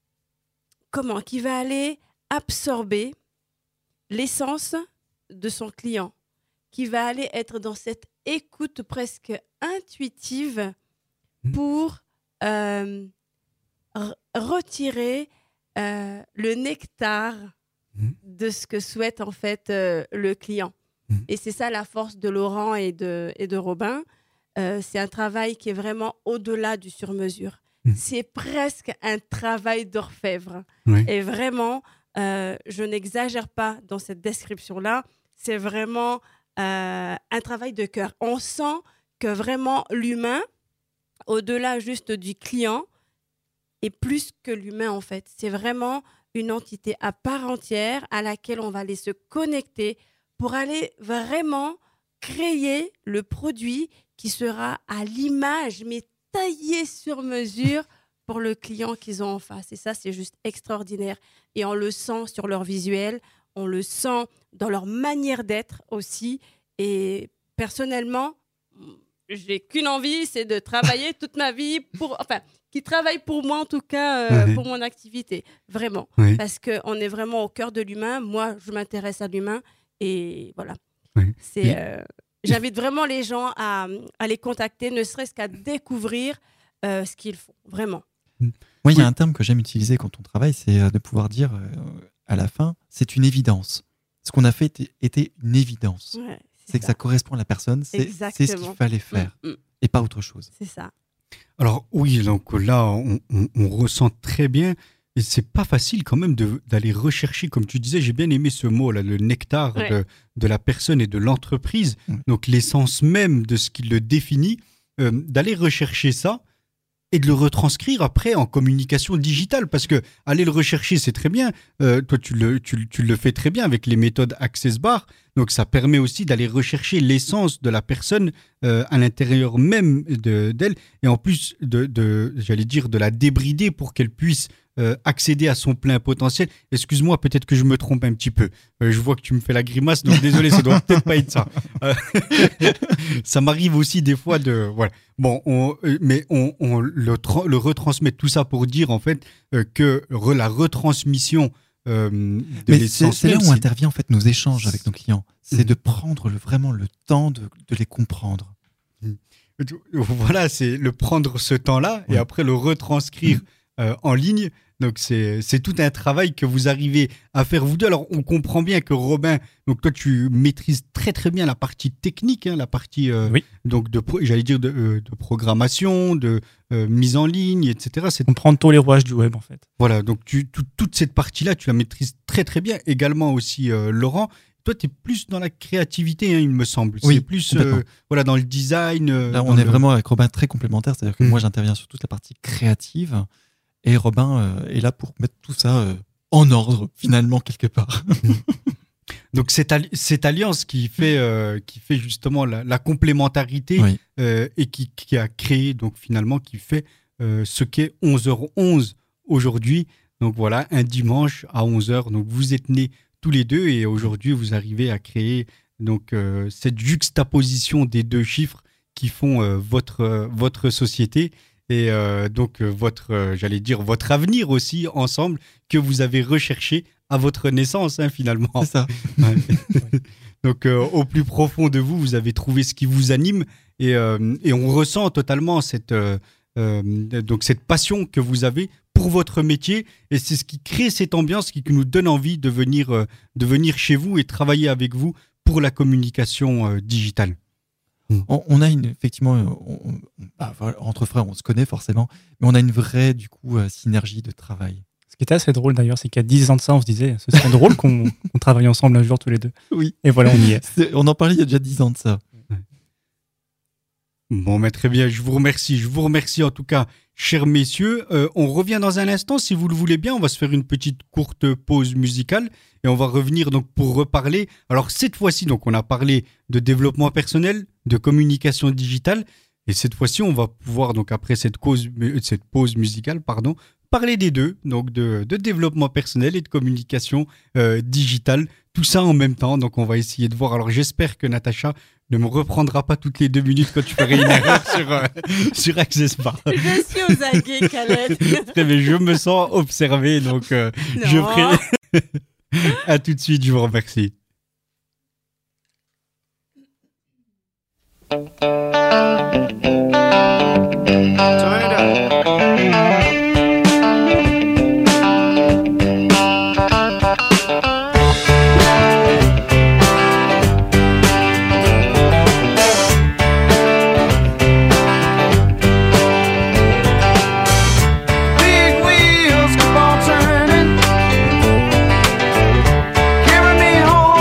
qui va aller absorber l'essence de son client, qui va aller être dans cette écoute presque intuitive pour retirer le nectar de ce que souhaite en fait le client. Et c'est ça la force de Laurent et de Robin. C'est un travail qui est vraiment au-delà du sur-mesure. C'est presque un travail d'orfèvre. Oui. Et vraiment, je n'exagère pas dans cette description-là. C'est vraiment un travail de cœur. On sent que vraiment l'humain, au-delà juste du client, est plus que l'humain en fait. C'est vraiment une entité à part entière à laquelle on va aller se connecter pour aller vraiment créer le produit qui sera à l'image, mais taillé sur mesure pour le client qu'ils ont en face. Et ça, c'est juste extraordinaire. Et on le sent sur leur visuel, on le sent dans leur manière d'être aussi. Et personnellement, j'ai qu'une envie, c'est de travailler toute ma vie qui travaille pour moi en tout cas, pour mon activité, vraiment. Oui. Parce qu'on est vraiment au cœur de l'humain. Moi, je m'intéresse à l'humain et voilà. Oui. J'invite vraiment les gens à les contacter, ne serait-ce qu'à découvrir ce qu'ils font, vraiment. Moi, il y a un terme que j'aime utiliser quand on travaille, c'est de pouvoir dire à la fin, c'est une évidence. Ce qu'on a fait était une évidence. Ouais, c'est que ça correspond à la personne, c'est ce qu'il fallait faire et pas autre chose. C'est ça. Alors oui, donc là, on ressent très bien, et c'est pas facile quand même d'aller rechercher, comme tu disais, j'ai bien aimé ce mot, là, le nectar de la personne et de l'entreprise, donc l'essence même de ce qui le définit, d'aller rechercher ça et de le retranscrire après en communication digitale, parce que aller le rechercher, c'est très bien. Toi, tu le fais très bien avec les méthodes Access Bar. Donc, ça permet aussi d'aller rechercher l'essence de la personne à l'intérieur même d'elle, et en plus j'allais dire, de la débrider pour qu'elle puisse accéder à son plein potentiel. Excuse-moi, peut-être que je me trompe un petit peu. Je vois que tu me fais la grimace, donc désolé, ça doit peut-être pas être ça. Ça m'arrive aussi des fois de... Voilà. Bon, mais on le retransmet, tout ça pour dire en fait que la retransmission de l'essence... C'est là où intervient en fait nos échanges avec nos clients. C'est de prendre vraiment le temps de les comprendre. Voilà, c'est le prendre ce temps-là et après le retranscrire en ligne. Donc, c'est tout un travail que vous arrivez à faire vous deux. Alors, on comprend bien que Robin, donc toi, tu maîtrises très, très bien la partie technique, la partie donc j'allais dire de programmation, de mise en ligne, etc. On prend tous les rouages du web, en fait. Voilà, donc toute cette partie-là, tu la maîtrises très, très bien. Également aussi, Laurent, toi, tu es plus dans la créativité, il me semble. Oui, c'est plus dans le design. Là, on est vraiment avec Robin très complémentaires. C'est-à-dire que moi, j'interviens sur toute la partie créative. Et Robin est là pour mettre tout ça en ordre, finalement, quelque part. Donc, cette alliance qui fait justement la complémentarité et qui a créé, donc finalement, qui fait ce qu'est 11h11 aujourd'hui. Donc, voilà, un dimanche à 11h. Donc, vous êtes nés tous les deux et aujourd'hui, vous arrivez à créer donc, cette juxtaposition des deux chiffres qui font votre société. Et donc, j'allais dire, votre avenir aussi, ensemble, que vous avez recherché à votre naissance, finalement. C'est ça. Donc, au plus profond de vous, vous avez trouvé ce qui vous anime et on ressent totalement cette passion que vous avez pour votre métier. Et c'est ce qui crée cette ambiance qui nous donne envie de venir chez vous et travailler avec vous pour la communication digitale. On a effectivement, entre frères, on se connaît forcément, mais on a une vraie, du coup, synergie de travail. Ce qui était assez drôle d'ailleurs, c'est qu'il y a 10 ans de ça, on se disait, ce serait drôle qu'on travaille ensemble un jour tous les deux. Oui. Et voilà, on y est. On en parlait il y a déjà 10 ans de ça. Bon, mais très bien, je vous remercie en tout cas, chers messieurs. On revient dans un instant, si vous le voulez bien, on va se faire une petite courte pause musicale et on va revenir donc pour reparler. Alors cette fois-ci, donc on a parlé de développement personnel, de communication digitale, et cette fois-ci, on va pouvoir donc après cette pause musicale, parler des deux, donc de développement personnel et de communication digitale, tout ça en même temps. Donc on va essayer de voir. Alors j'espère que Natacha ne me reprendra pas toutes les 2 minutes quand tu ferais une erreur sur Access Bar. Je suis aux aguets, Khaled. Très bien, je me sens observé, donc je ferai... À tout de suite, je vous remercie. Turn it up. Big wheels keep on turning, carry me home.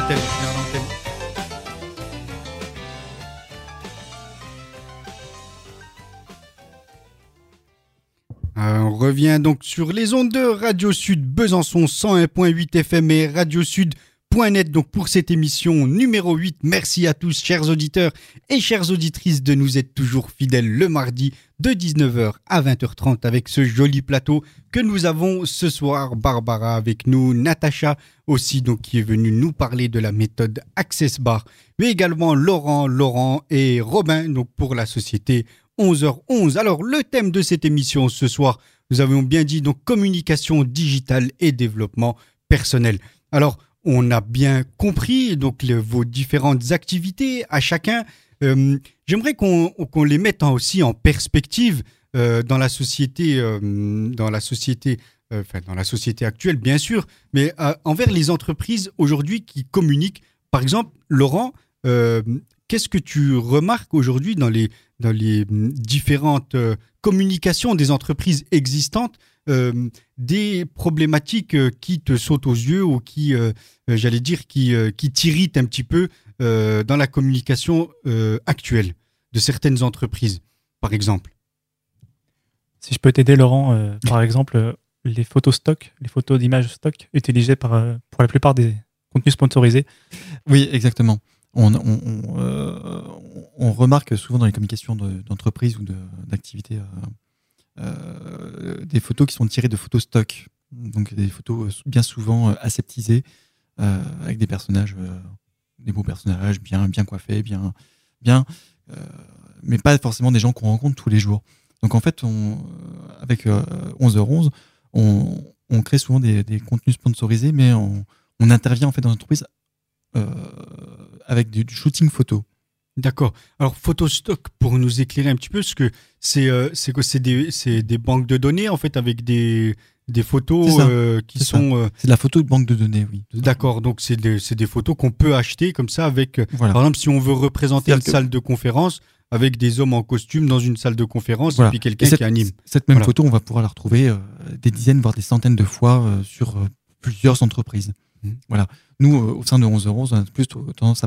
l'antenne. On revient donc sur les ondes de Radio Sud Besançon 101.8 FM et radiosud.net donc pour cette émission numéro 8. Merci à tous chers auditeurs et chères auditrices de nous être toujours fidèles le mardi de 19h à 20h30 avec ce joli plateau que nous avons ce soir. Barbara avec nous, Natacha aussi donc qui est venue nous parler de la méthode Access Bar, mais également Laurent et Robin donc pour la société 11h11. Alors, le thème de cette émission ce soir, nous avions bien dit, donc communication digitale et développement personnel. Alors, on a bien compris donc vos différentes activités à chacun. J'aimerais qu'on les mette aussi en perspective dans la société actuelle, bien sûr, mais envers les entreprises aujourd'hui qui communiquent. Par exemple, Laurent, qu'est-ce que tu remarques aujourd'hui dans les différentes communications des entreprises existantes, des problématiques qui te sautent aux yeux ou qui t'irritent un petit peu dans la communication actuelle de certaines entreprises, par exemple? Si je peux t'aider, Laurent, par exemple, les photos stock, les photos d'images stock utilisées pour la plupart des contenus sponsorisés. Oui, exactement. On remarque souvent dans les communications d'entreprise ou d'activités des photos qui sont tirées de photos stock. Donc des photos bien souvent aseptisées avec des personnages, des beaux personnages bien coiffés, mais pas forcément des gens qu'on rencontre tous les jours. Donc en fait, avec 11h11, on crée souvent des contenus sponsorisés, mais on intervient en fait dans l'entreprise avec du shooting photo. D'accord. Alors, Photostock, pour nous éclairer un petit peu, parce que c'est des banques de données, en fait, avec des photos qui sont... C'est de la photo de banque de données, oui. D'accord. Donc, c'est des photos qu'on peut acheter comme ça avec... Voilà. Par exemple, si on veut représenter une salle de conférence avec des hommes en costume dans une salle de conférence, voilà. Et puis quelqu'un qui anime. Cette même photo, on va pouvoir la retrouver des dizaines, voire des centaines de fois sur plusieurs entreprises. Voilà. Nous, au sein de 11h11, on a plus tendance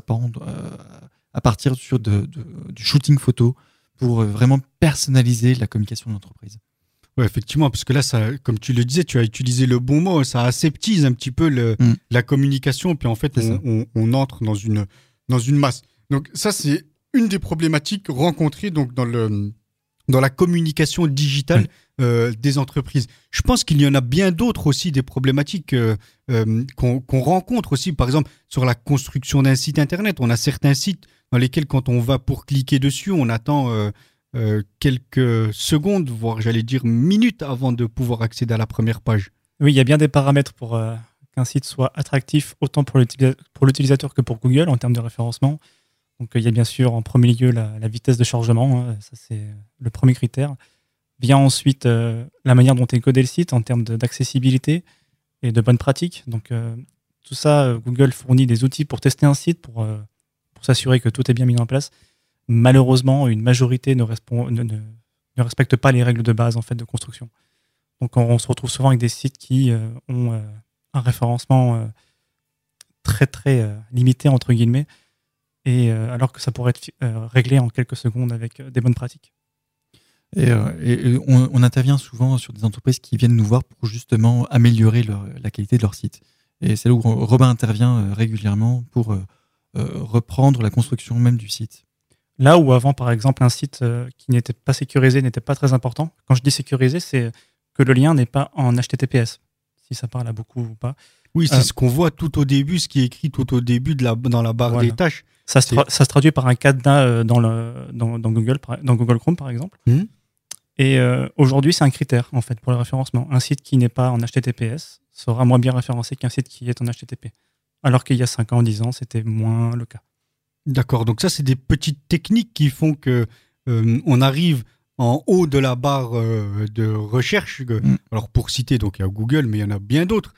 à partir sur du shooting photo pour vraiment personnaliser la communication de l'entreprise. Oui, effectivement, parce que là, ça, comme tu le disais, tu as utilisé le bon mot, ça aseptise un petit peu la communication, puis en fait, on entre dans une masse. Donc ça, c'est une des problématiques rencontrées donc, dans la communication digitale des entreprises. Je pense qu'il y en a bien d'autres aussi, des problématiques qu'on rencontre aussi. Par exemple, sur la construction d'un site Internet, on a certains sites dans lesquels, quand on va pour cliquer dessus, on attend quelques secondes, voire j'allais dire minutes avant de pouvoir accéder à la première page. Oui, il y a bien des paramètres pour qu'un site soit attractif, autant pour l'utilisateur que pour Google en termes de référencement. Donc, il y a bien sûr en premier lieu la vitesse de chargement, ça c'est le premier critère. Vient ensuite la manière dont est codé le site en termes d'accessibilité et de bonnes pratiques. Donc, tout ça, Google fournit des outils pour tester un site, pour s'assurer que tout est bien mis en place. Malheureusement, une majorité ne respecte pas les règles de base en fait, de construction. Donc, on se retrouve souvent avec des sites qui ont un référencement très, très limité, entre guillemets, et alors que ça pourrait être réglé en quelques secondes avec des bonnes pratiques. Et on intervient souvent sur des entreprises qui viennent nous voir pour justement améliorer la qualité de leur site. Et c'est là où Robin intervient régulièrement pour reprendre la construction même du site. Là où avant, par exemple, un site qui n'était pas sécurisé n'était pas très important. Quand je dis sécurisé, c'est que le lien n'est pas en HTTPS, si ça parle à beaucoup ou pas. Oui, c'est ce qu'on voit tout au début, ce qui est écrit tout au début dans la barre des tâches. Ça se traduit par un cadenas dans Google Chrome, par exemple. Et aujourd'hui, c'est un critère en fait, pour le référencement. Un site qui n'est pas en HTTPS sera moins bien référencé qu'un site qui est en HTTP. Alors qu'il y a 5 ans, 10 ans, c'était moins le cas. D'accord, donc ça, c'est des petites techniques qui font qu'on arrive en haut de la barre de recherche. Alors, pour citer, donc, il y a Google, mais il y en a bien d'autres,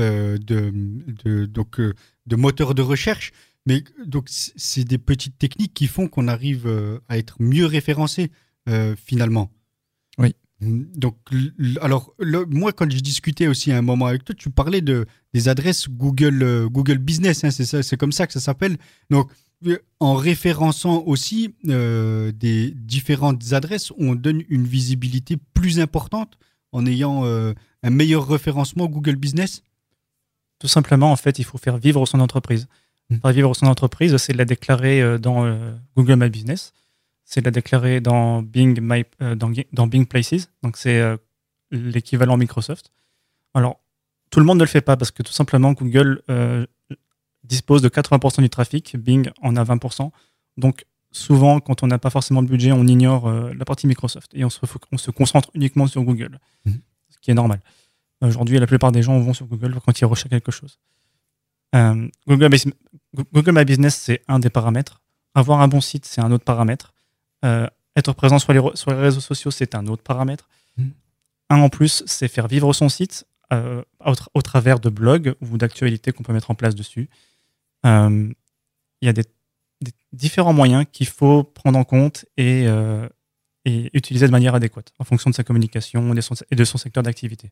de moteurs de recherche. Mais donc, c'est des petites techniques qui font qu'on arrive à être mieux référencé, finalement. Oui. Donc, alors, moi, quand je discutais aussi à un moment avec toi, tu parlais des adresses Google Business, hein, c'est ça, c'est comme ça que ça s'appelle. Donc, en référençant aussi des différentes adresses, on donne une visibilité plus importante en ayant un meilleur référencement Google Business. Tout simplement, en fait, il faut faire vivre son entreprise. Faire vivre son entreprise, c'est de la déclarer dans Google My Business. C'est de la déclarer dans Bing Places. Donc, c'est l'équivalent Microsoft. Alors, tout le monde ne le fait pas parce que tout simplement, Google dispose de 80% du trafic. Bing en a 20%. Donc, souvent, quand on n'a pas forcément le budget, on ignore la partie Microsoft et on se concentre uniquement sur Google, ce qui est normal. Aujourd'hui, la plupart des gens vont sur Google quand ils recherchent quelque chose. Google My Business, c'est un des paramètres. Avoir un bon site, c'est un autre paramètre. Être présent sur les réseaux sociaux, c'est un autre paramètre. Un en plus, c'est faire vivre son site au travers de blogs ou d'actualités qu'on peut mettre en place dessus. Il y a des différents moyens qu'il faut prendre en compte et utiliser de manière adéquate en fonction de sa communication et de son secteur d'activité.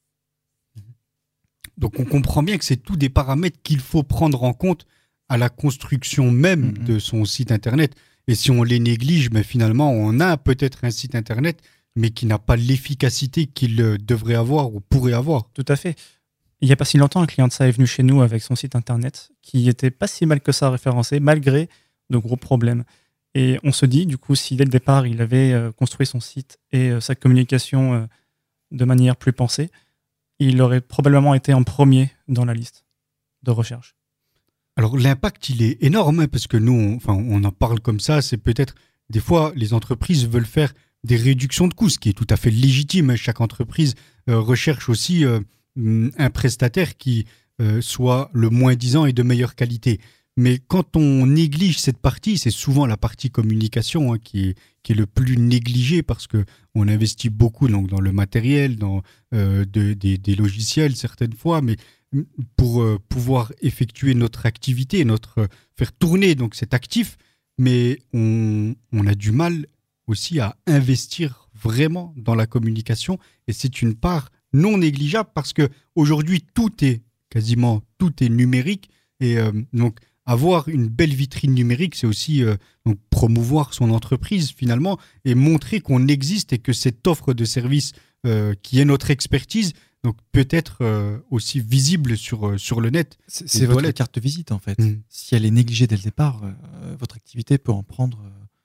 Donc on comprend bien que c'est tous des paramètres qu'il faut prendre en compte à la construction même de son site internet. Et si on les néglige, mais finalement on a peut-être un site internet, mais qui n'a pas l'efficacité qu'il devrait avoir ou pourrait avoir. Tout à fait. Il n'y a pas si longtemps, un client de ça est venu chez nous avec son site internet qui était pas si mal que ça référencé, malgré de gros problèmes. Et on se dit, du coup, si dès le départ, il avait construit son site et sa communication de manière plus pensée, il aurait probablement été en premier dans la liste de recherche. Alors l'impact, il est énorme, hein, parce que nous, on en parle comme ça, c'est peut-être, des fois, les entreprises veulent faire des réductions de coûts, ce qui est tout à fait légitime. Chaque entreprise recherche aussi un prestataire qui soit le moins disant et de meilleure qualité. Mais quand on néglige cette partie, c'est souvent la partie communication qui est le plus négligée parce qu'on investit beaucoup donc, dans le matériel, dans des logiciels certaines fois, mais pour pouvoir effectuer notre activité, faire tourner donc, cet actif, mais on a du mal aussi à investir vraiment dans la communication et c'est une part non négligeable parce qu'aujourd'hui, quasiment tout est numérique et donc avoir une belle vitrine numérique, c'est aussi donc promouvoir son entreprise finalement et montrer qu'on existe et que cette offre de service qui est notre expertise donc peut être aussi visible sur le net. C'est votre carte de visite en fait. Si elle est négligée dès le départ, votre activité peut en prendre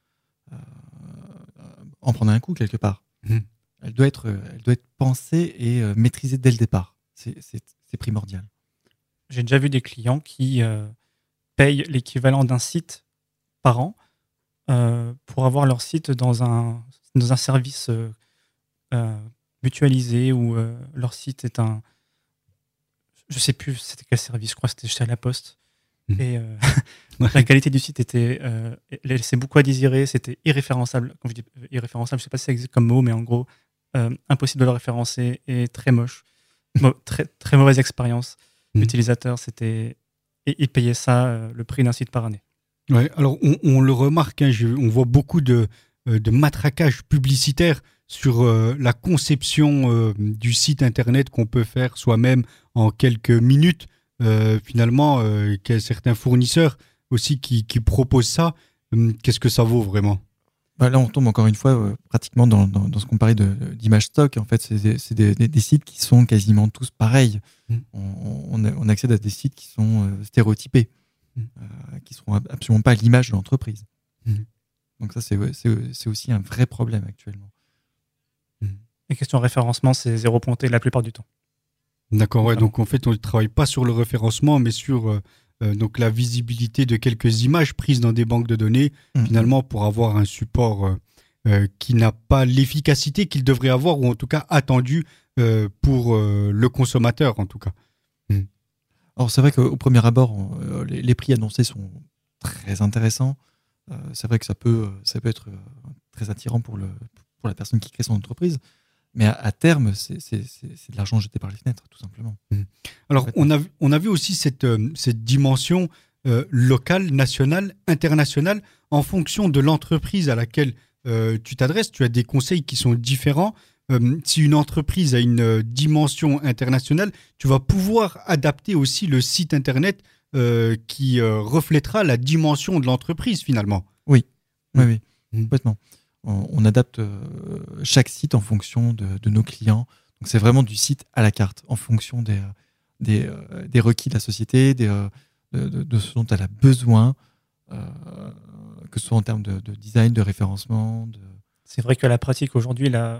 un coup quelque part. Elle doit être pensée et maîtrisée dès le départ. C'est primordial. J'ai déjà vu des clients qui payent l'équivalent d'un site par an pour avoir leur site dans un service mutualisé où leur site est un... Je ne sais plus c'était quel service, je crois que c'était chez La Poste. Et la qualité du site laissait beaucoup à désirer, c'était irréférençable. Quand je dis irréférençable, je ne sais pas si ça existe comme mot, mais en gros, impossible de le référencer et très moche. Très, très mauvaise expérience. L'utilisateur, et ils payaient ça, le prix d'un site par année. Ouais, alors on le remarque, hein, on voit beaucoup de matraquage publicitaire sur la conception du site internet qu'on peut faire soi-même en quelques minutes. Finalement, qu'il y a certains fournisseurs aussi qui proposent ça. Qu'est-ce que ça vaut vraiment ? Là, on tombe encore une fois pratiquement dans ce qu'on parlait d'image stock. En fait, c'est des sites qui sont quasiment tous pareils. On accède à des sites qui sont stéréotypés, qui ne seront absolument pas à l'image de l'entreprise. Donc ça, c'est aussi un vrai problème actuellement. Les questions de référencement, c'est zéro pointé la plupart du temps. D'accord, ouais, donc en fait, on ne travaille pas sur le référencement, mais sur donc la visibilité de quelques images prises dans des banques de données, finalement, pour avoir un support qui n'a pas l'efficacité qu'il devrait avoir, ou en tout cas attendu pour le consommateur, en tout cas. Alors, c'est vrai qu'au premier abord, les prix annoncés sont très intéressants. C'est vrai que ça peut être très attirant pour la personne qui crée son entreprise. Mais à terme, c'est de l'argent jeté par les fenêtres, tout simplement. Alors, on a vu aussi cette dimension locale, nationale, internationale. En fonction de l'entreprise à laquelle tu t'adresses, tu as des conseils qui sont différents. si une entreprise a une dimension internationale, tu vas pouvoir adapter aussi le site internet qui reflètera la dimension de l'entreprise finalement. Oui, complètement. On adapte chaque site en fonction de nos clients. Donc c'est vraiment du site à la carte, en fonction des requis de la société, de ce dont elle a besoin, que ce soit en termes de design, de référencement. C'est vrai que la pratique aujourd'hui, la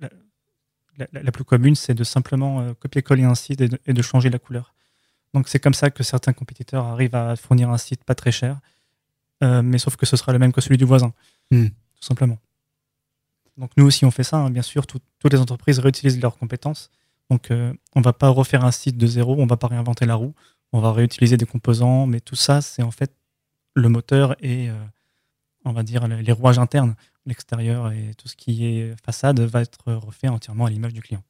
plus commune, c'est de simplement copier-coller un site et de changer la couleur. Donc c'est comme ça que certains compétiteurs arrivent à fournir un site pas très cher, mais sauf que ce sera le même que celui du voisin, tout simplement. Donc nous aussi on fait ça, hein, bien sûr, toutes les entreprises réutilisent leurs compétences. Donc on ne va pas refaire un site de zéro, on ne va pas réinventer la roue, on va réutiliser des composants, mais tout ça c'est en fait le moteur et on va dire les rouages internes, l'extérieur et tout ce qui est façade va être refait entièrement à l'image du client.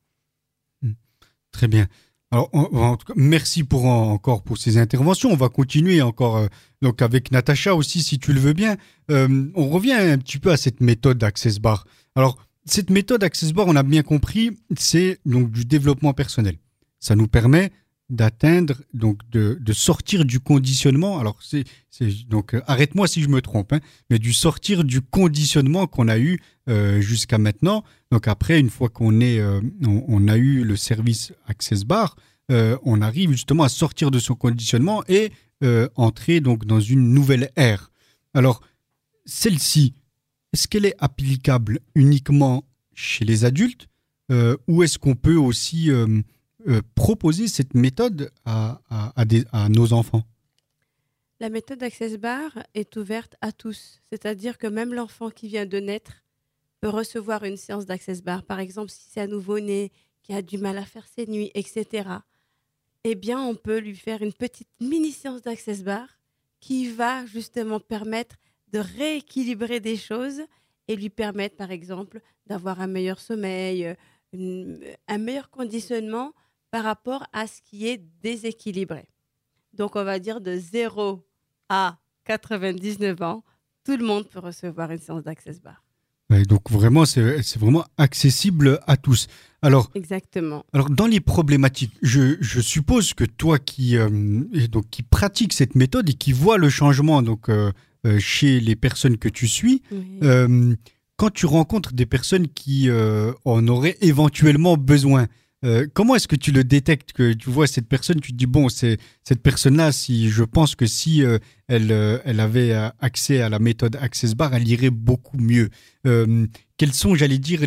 Très bien. Alors, en tout cas, merci encore pour ces interventions. On va continuer encore donc avec Natacha aussi, si tu le veux bien. On revient un petit peu à cette méthode Access Bar. Alors, cette méthode Access Bar, on a bien compris, c'est donc du développement personnel. Ça nous permet d'atteindre, donc de sortir du conditionnement. Alors, donc arrête-moi si je me trompe, hein, mais sortir du conditionnement qu'on a eu jusqu'à maintenant. Donc après, une fois qu'on a eu le service Access Bar, on arrive justement à sortir de son conditionnement et entrer donc dans une nouvelle ère. Alors, celle-ci, est-ce qu'elle est applicable uniquement chez les adultes ou est-ce qu'on peut aussi proposer cette méthode à nos enfants? La méthode Access Bar est ouverte à tous. C'est-à-dire que même l'enfant qui vient de naître peut recevoir une séance d'Access Bar. Par exemple, si c'est un nouveau-né qui a du mal à faire ses nuits, etc., eh bien, on peut lui faire une petite mini-séance d'Access Bar qui va justement permettre de rééquilibrer des choses et lui permettre, par exemple, d'avoir un meilleur sommeil, un meilleur conditionnement par rapport à ce qui est déséquilibré. Donc, on va dire de 0 à 99 ans, tout le monde peut recevoir une séance d'Access Bar. Ouais, donc vraiment, c'est vraiment accessible à tous. Alors, exactement. Alors, dans les problématiques, je suppose que toi qui pratiques cette méthode et qui vois le changement chez les personnes que tu suis, oui. Quand tu rencontres des personnes qui en auraient éventuellement besoin, comment est-ce que tu le détectes, que tu vois cette personne, tu te dis, bon, c'est cette personne-là, je pense que si elle avait accès à la méthode Access Bar, elle irait beaucoup mieux. Quels sont, j'allais dire,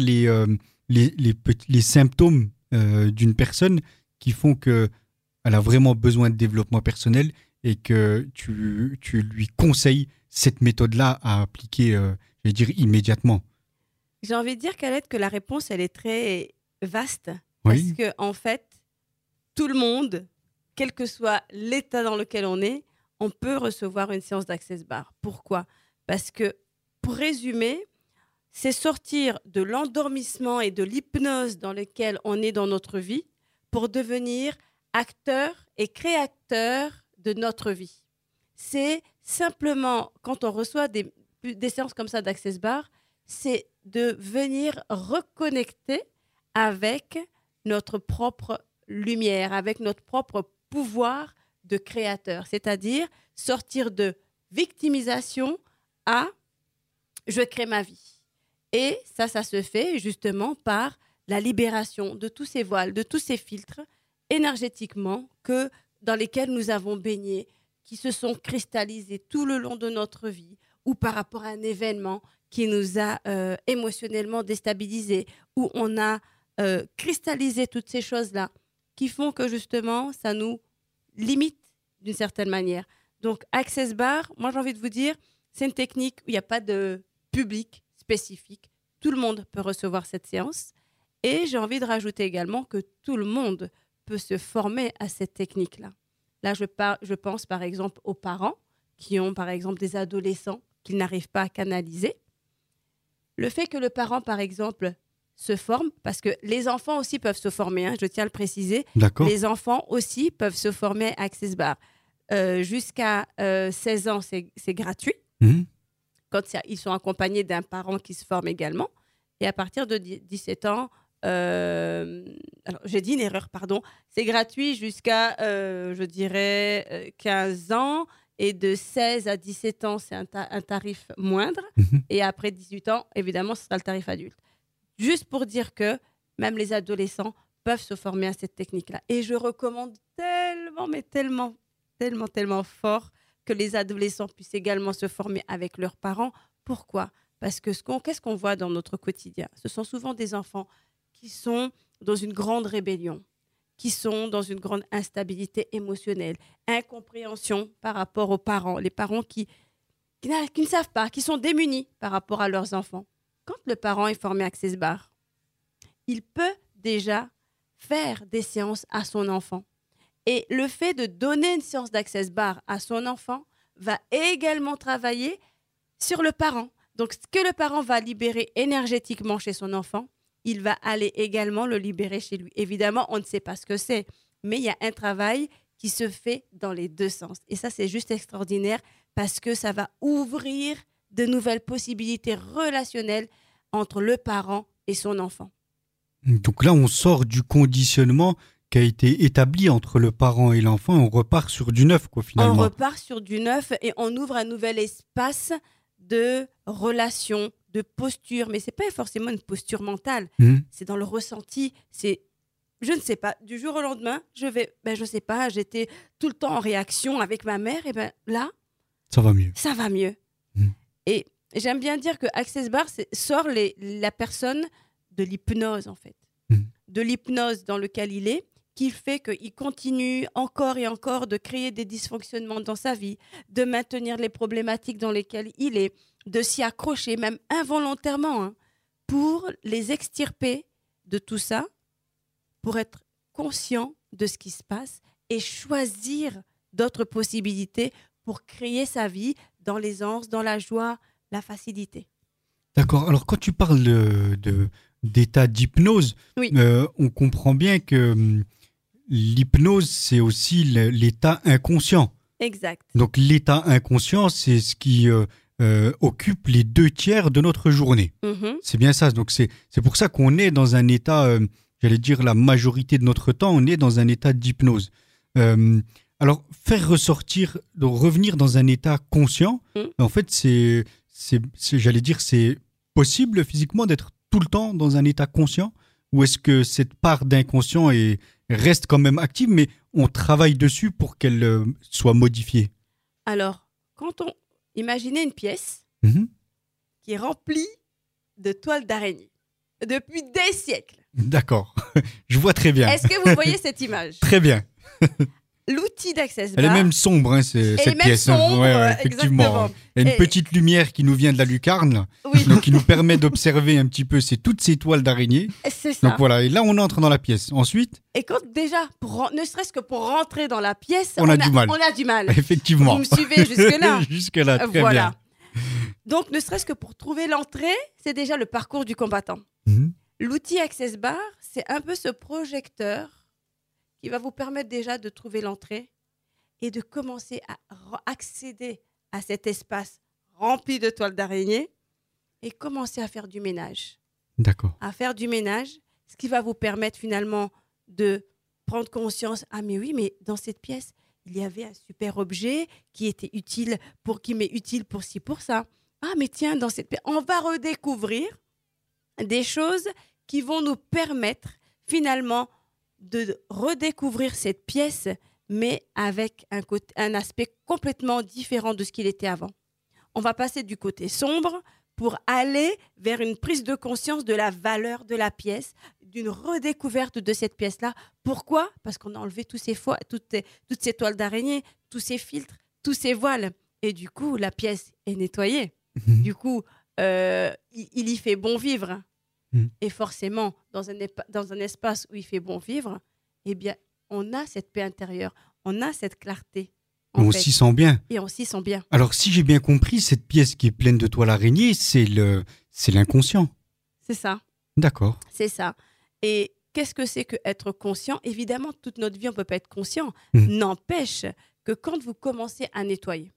les symptômes d'une personne qui font qu'elle a vraiment besoin de développement personnel et que tu lui conseilles cette méthode-là à appliquer, je vais dire, immédiatement? J'ai envie de dire, Khaled, que la réponse, elle est très vaste. Oui. Parce qu'en fait, tout le monde, quel que soit l'état dans lequel on est, on peut recevoir une séance d'Access Bar. Pourquoi ? Parce que, pour résumer, c'est sortir de l'endormissement et de l'hypnose dans lequel on est dans notre vie pour devenir acteur et créateur de notre vie. C'est simplement, quand on reçoit des séances comme ça d'Access Bar, c'est de venir reconnecter avec notre propre lumière, avec notre propre pouvoir de créateur. C'est-à-dire sortir de victimisation à « je crée ma vie ». Et ça se fait justement par la libération de tous ces voiles, de tous ces filtres énergétiquement dans lesquels nous avons baigné, qui se sont cristallisés tout le long de notre vie, ou par rapport à un événement qui nous a émotionnellement déstabilisés, où on a cristallisé toutes ces choses-là, qui font que justement, ça nous limite d'une certaine manière. Donc, Access Bar, moi j'ai envie de vous dire, c'est une technique où il n'y a pas de public spécifique. Tout le monde peut recevoir cette séance. Et j'ai envie de rajouter également que tout le monde peut se former à cette technique-là. Là, je pense par exemple aux parents qui ont par exemple des adolescents qu'ils n'arrivent pas à canaliser. Le fait que le parent, par exemple, se forme, parce que les enfants aussi peuvent se former, hein, je tiens à le préciser. D'accord. Les enfants aussi peuvent se former à Access Bar. Jusqu'à 16 ans, c'est gratuit. Mmh. Quand ils sont accompagnés d'un parent qui se forme également. Et à partir de 17 ans, alors, j'ai dit une erreur, pardon. C'est gratuit jusqu'à, je dirais, 15 ans. Et de 16 à 17 ans, c'est un tarif moindre. Et après 18 ans, évidemment, ce sera le tarif adulte. Juste pour dire que même les adolescents peuvent se former à cette technique-là. Et je recommande tellement, mais tellement, tellement, tellement fort que les adolescents puissent également se former avec leurs parents. Pourquoi ? Parce que qu'est-ce qu'on voit dans notre quotidien ? Ce sont souvent des enfants qui sont dans une grande rébellion, qui sont dans une grande instabilité émotionnelle, incompréhension par rapport aux parents, les parents qui ne savent pas, qui sont démunis par rapport à leurs enfants. Quand le parent est formé Access Bar, il peut déjà faire des séances à son enfant. Et le fait de donner une séance d'Access Bar à son enfant va également travailler sur le parent. Donc, ce que le parent va libérer énergétiquement chez son enfant, il va aller également le libérer chez lui. Évidemment, on ne sait pas ce que c'est, mais il y a un travail qui se fait dans les deux sens. Et ça, c'est juste extraordinaire parce que ça va ouvrir de nouvelles possibilités relationnelles entre le parent et son enfant. Donc là, on sort du conditionnement qui a été établi entre le parent et l'enfant et on repart sur du neuf, quoi, finalement. On repart sur du neuf et on ouvre un nouvel espace de relation, de posture. Mais ce n'est pas forcément une posture mentale. C'est dans le ressenti. C'est, je ne sais pas, du jour au lendemain, je ne sais pas, j'étais tout le temps en réaction avec ma mère. Et bien là, ça va mieux. Ça va mieux. Et j'aime bien dire que Access Bar sort la personne de l'hypnose, en fait. De l'hypnose dans lequel il est, qui fait qu'il continue encore et encore de créer des dysfonctionnements dans sa vie, de maintenir les problématiques dans lesquelles il est, de s'y accrocher, même involontairement, pour les extirper de tout ça, pour être conscient de ce qui se passe et choisir d'autres possibilités pour créer sa vie dans l'aisance, dans la joie, la facilité. D'accord. Alors, quand tu parles d'état d'hypnose, oui. On comprend bien que l'hypnose, c'est aussi l'état inconscient. Exact. Donc, l'état inconscient, c'est ce qui occupe les 2/3 de notre journée. C'est bien ça. Donc, c'est pour ça qu'on est dans un état, j'allais dire la majorité de notre temps, on est dans un état d'hypnose. Alors, faire ressortir, donc revenir dans un état conscient, en fait, j'allais dire, c'est possible physiquement d'être tout le temps dans un état conscient, ou est-ce que cette part d'inconscient reste quand même active, mais on travaille dessus pour qu'elle soit modifiée? Alors, imaginez une pièce qui est remplie de toiles d'araignée depuis des siècles. D'accord, je vois très bien. Est-ce que vous voyez cette image? Très bien. L'outil d'Access Bar. Elle est même sombre, cette pièce. Sombre, effectivement. Il y a une petite lumière qui nous vient de la lucarne, donc qui nous permet d'observer un petit peu toutes ces toiles d'araignée. C'est ça. Donc voilà, et là on entre dans la pièce. Ensuite. Et quand déjà, ne serait-ce que pour rentrer dans la pièce, on a du mal. On a du mal. Effectivement. Vous me suivez jusque-là? Jusque-là, très voilà. bien. Donc ne serait-ce que pour trouver l'entrée, c'est déjà le parcours du combattant. L'outil Access Bar, c'est un peu ce projecteur qui va vous permettre déjà de trouver l'entrée et de commencer à accéder à cet espace rempli de toiles d'araignée et commencer à faire du ménage. D'accord. À faire du ménage, ce qui va vous permettre finalement de prendre conscience, ah mais oui, mais dans cette pièce, il y avait un super objet qui m'est utile pour ci, pour ça. Ah mais tiens, dans cette pièce, on va redécouvrir des choses qui vont nous permettre finalement de redécouvrir cette pièce, mais avec un aspect complètement différent de ce qu'il était avant. On va passer du côté sombre pour aller vers une prise de conscience de la valeur de la pièce, d'une redécouverte de cette pièce-là. Pourquoi ? Parce qu'on a enlevé toutes ces toiles d'araignée, tous ces filtres, tous ces voiles. Et du coup, la pièce est nettoyée. Du coup, il y fait bon vivre. Et forcément, dans un espace où il fait bon vivre, eh bien, on a cette paix intérieure, on a cette clarté. On s'y sent bien. Et on s'y sent bien. Alors, si j'ai bien compris, cette pièce qui est pleine de toiles d'araignée, c'est l'inconscient. C'est ça. D'accord. C'est ça. Et qu'est-ce que c'est qu'être conscient ? Évidemment, toute notre vie, on ne peut pas être conscient. N'empêche que quand vous commencez à nettoyer,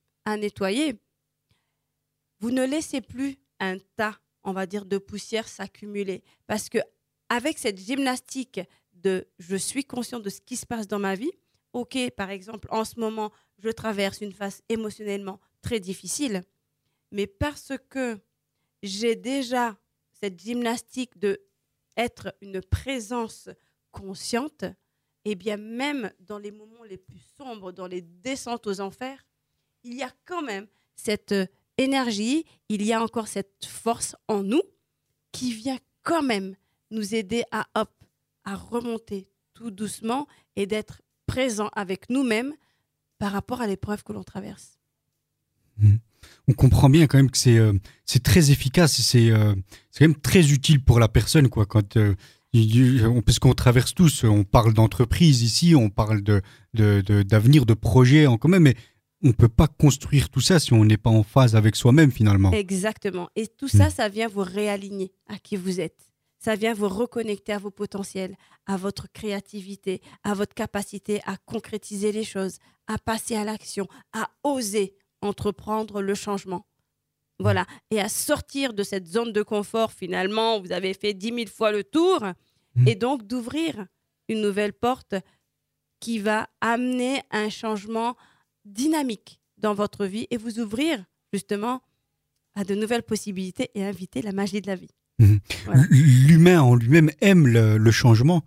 vous ne laissez plus un tas, on va dire, de poussière s'accumuler. Parce que avec cette gymnastique de je suis conscient de ce qui se passe dans ma vie. Ok, par exemple, en ce moment, je traverse une phase émotionnellement très difficile, mais parce que j'ai déjà cette gymnastique de être une présence consciente, et bien même dans les moments les plus sombres, dans les descentes aux enfers, il y a quand même cette énergie, il y a encore cette force en nous qui vient quand même nous aider à remonter tout doucement et d'être présent avec nous-mêmes par rapport à l'épreuve que l'on traverse. On comprend bien quand même que c'est très efficace, c'est quand même très utile pour la personne, quoi, quand parce qu'on traverse tous, on parle d'entreprise ici, on parle d'avenir, de projet en commun, mais on ne peut pas construire tout ça si on n'est pas en phase avec soi-même finalement. Exactement. Et tout ça, ça vient vous réaligner à qui vous êtes. Ça vient vous reconnecter à vos potentiels, à votre créativité, à votre capacité à concrétiser les choses, à passer à l'action, à oser entreprendre le changement. Voilà. Et à sortir de cette zone de confort, finalement, où vous avez fait 10 000 fois le tour, et donc d'ouvrir une nouvelle porte qui va amener un changement dynamique dans votre vie et vous ouvrir justement à de nouvelles possibilités et inviter la magie de la vie. Voilà. L'humain en lui-même aime le changement,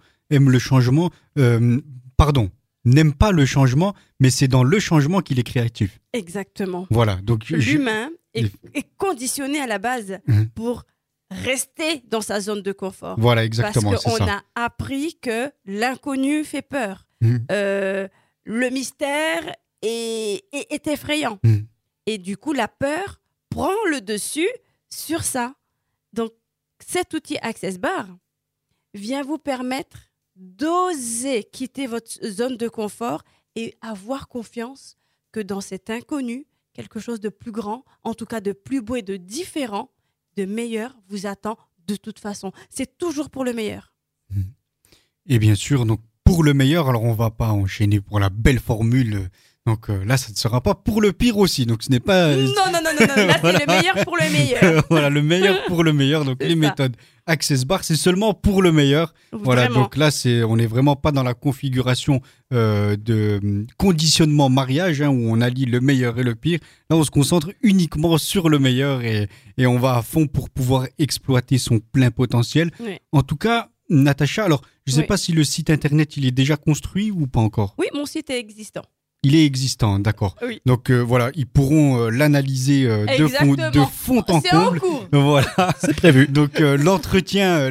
n'aime pas le changement, mais c'est dans le changement qu'il est créatif. Exactement. Voilà. Donc l'humain est conditionné à la base pour rester dans sa zone de confort. Voilà, exactement. Parce qu'on a appris que l'inconnu fait peur. Le mystère est effrayant. Et du coup, la peur prend le dessus sur ça. Donc, cet outil Access Bar vient vous permettre d'oser quitter votre zone de confort et avoir confiance que dans cet inconnu, quelque chose de plus grand, en tout cas de plus beau et de différent, de meilleur vous attend de toute façon. C'est toujours pour le meilleur. Et bien sûr, donc pour le meilleur, alors on ne va pas enchaîner pour la belle formule. Donc là, ça ne sera pas pour le pire aussi. Donc ce n'est pas... Non. Là, voilà. C'est le meilleur pour le meilleur. Voilà, le meilleur pour le meilleur. Donc les méthodes Access Bar, c'est seulement pour le meilleur. Voilà, donc là, on n'est vraiment pas dans la configuration de conditionnement mariage, où on allie le meilleur et le pire. Là, on se concentre uniquement sur le meilleur et on va à fond pour pouvoir exploiter son plein potentiel. Oui. En tout cas, Natacha, alors je ne sais pas si le site internet, il est déjà construit ou pas encore. Oui, mon site est existant. Il est existant, d'accord. Oui. Donc voilà, ils pourront l'analyser de fond en comble. C'est en cours. Voilà, c'est prévu. Donc l'entretien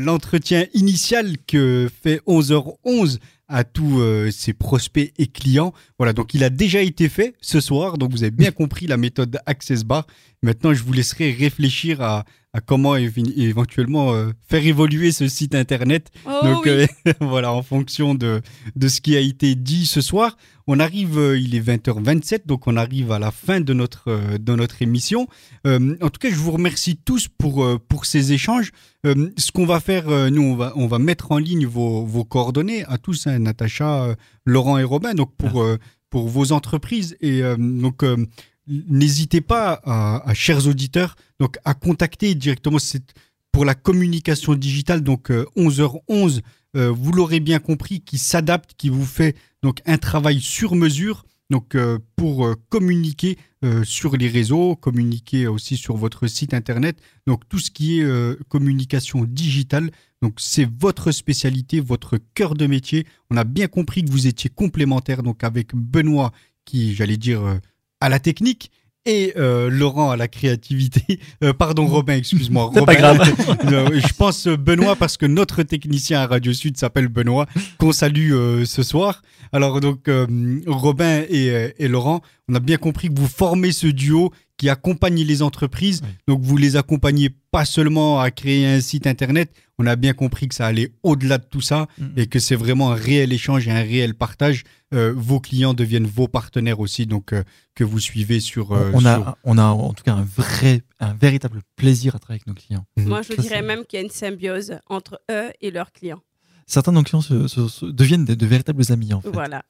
initial que fait 11h11 à tous ses prospects et clients. Voilà, donc il a déjà été fait ce soir. Donc vous avez bien compris la méthode Access Bar. Maintenant, je vous laisserai réfléchir à comment éventuellement faire évoluer ce site internet. Donc voilà, en fonction de ce qui a été dit ce soir. On arrive, il est 20h27, donc on arrive à la fin de notre émission. En tout cas, je vous remercie tous pour ces échanges. Ce qu'on va faire, nous, on va mettre en ligne vos coordonnées à tous, Natacha, Laurent et Robin, donc pour vos entreprises. Et donc, n'hésitez pas, à chers auditeurs, donc à contacter directement pour la communication digitale, donc 11h11. Vous l'aurez bien compris, qui s'adapte, qui vous fait donc un travail sur mesure, donc pour communiquer sur les réseaux, communiquer aussi sur votre site internet. Donc tout ce qui est communication digitale, donc c'est votre spécialité, votre cœur de métier. On a bien compris que vous étiez complémentaires, donc avec Benoît qui, j'allais dire, à la technique. Et Laurent à la créativité. Pardon, Robin, excuse-moi. C'est Robin, pas grave. Je pense Benoît parce que notre technicien à Radio Sud s'appelle Benoît, qu'on salue ce soir. Alors donc, Robin et Laurent, on a bien compris que vous formez ce duo qui accompagne les entreprises. Oui. Donc, vous les accompagnez pas seulement à créer un site internet. On a bien compris que ça allait au-delà de tout ça et que c'est vraiment un réel échange et un réel partage. Vos clients deviennent vos partenaires aussi, donc que vous suivez sur... On a en tout cas un véritable plaisir à travailler avec nos clients. Moi, je dirais même qu'il y a une symbiose entre eux et leurs clients. Certains de nos clients deviennent de véritables amis, en fait. Voilà.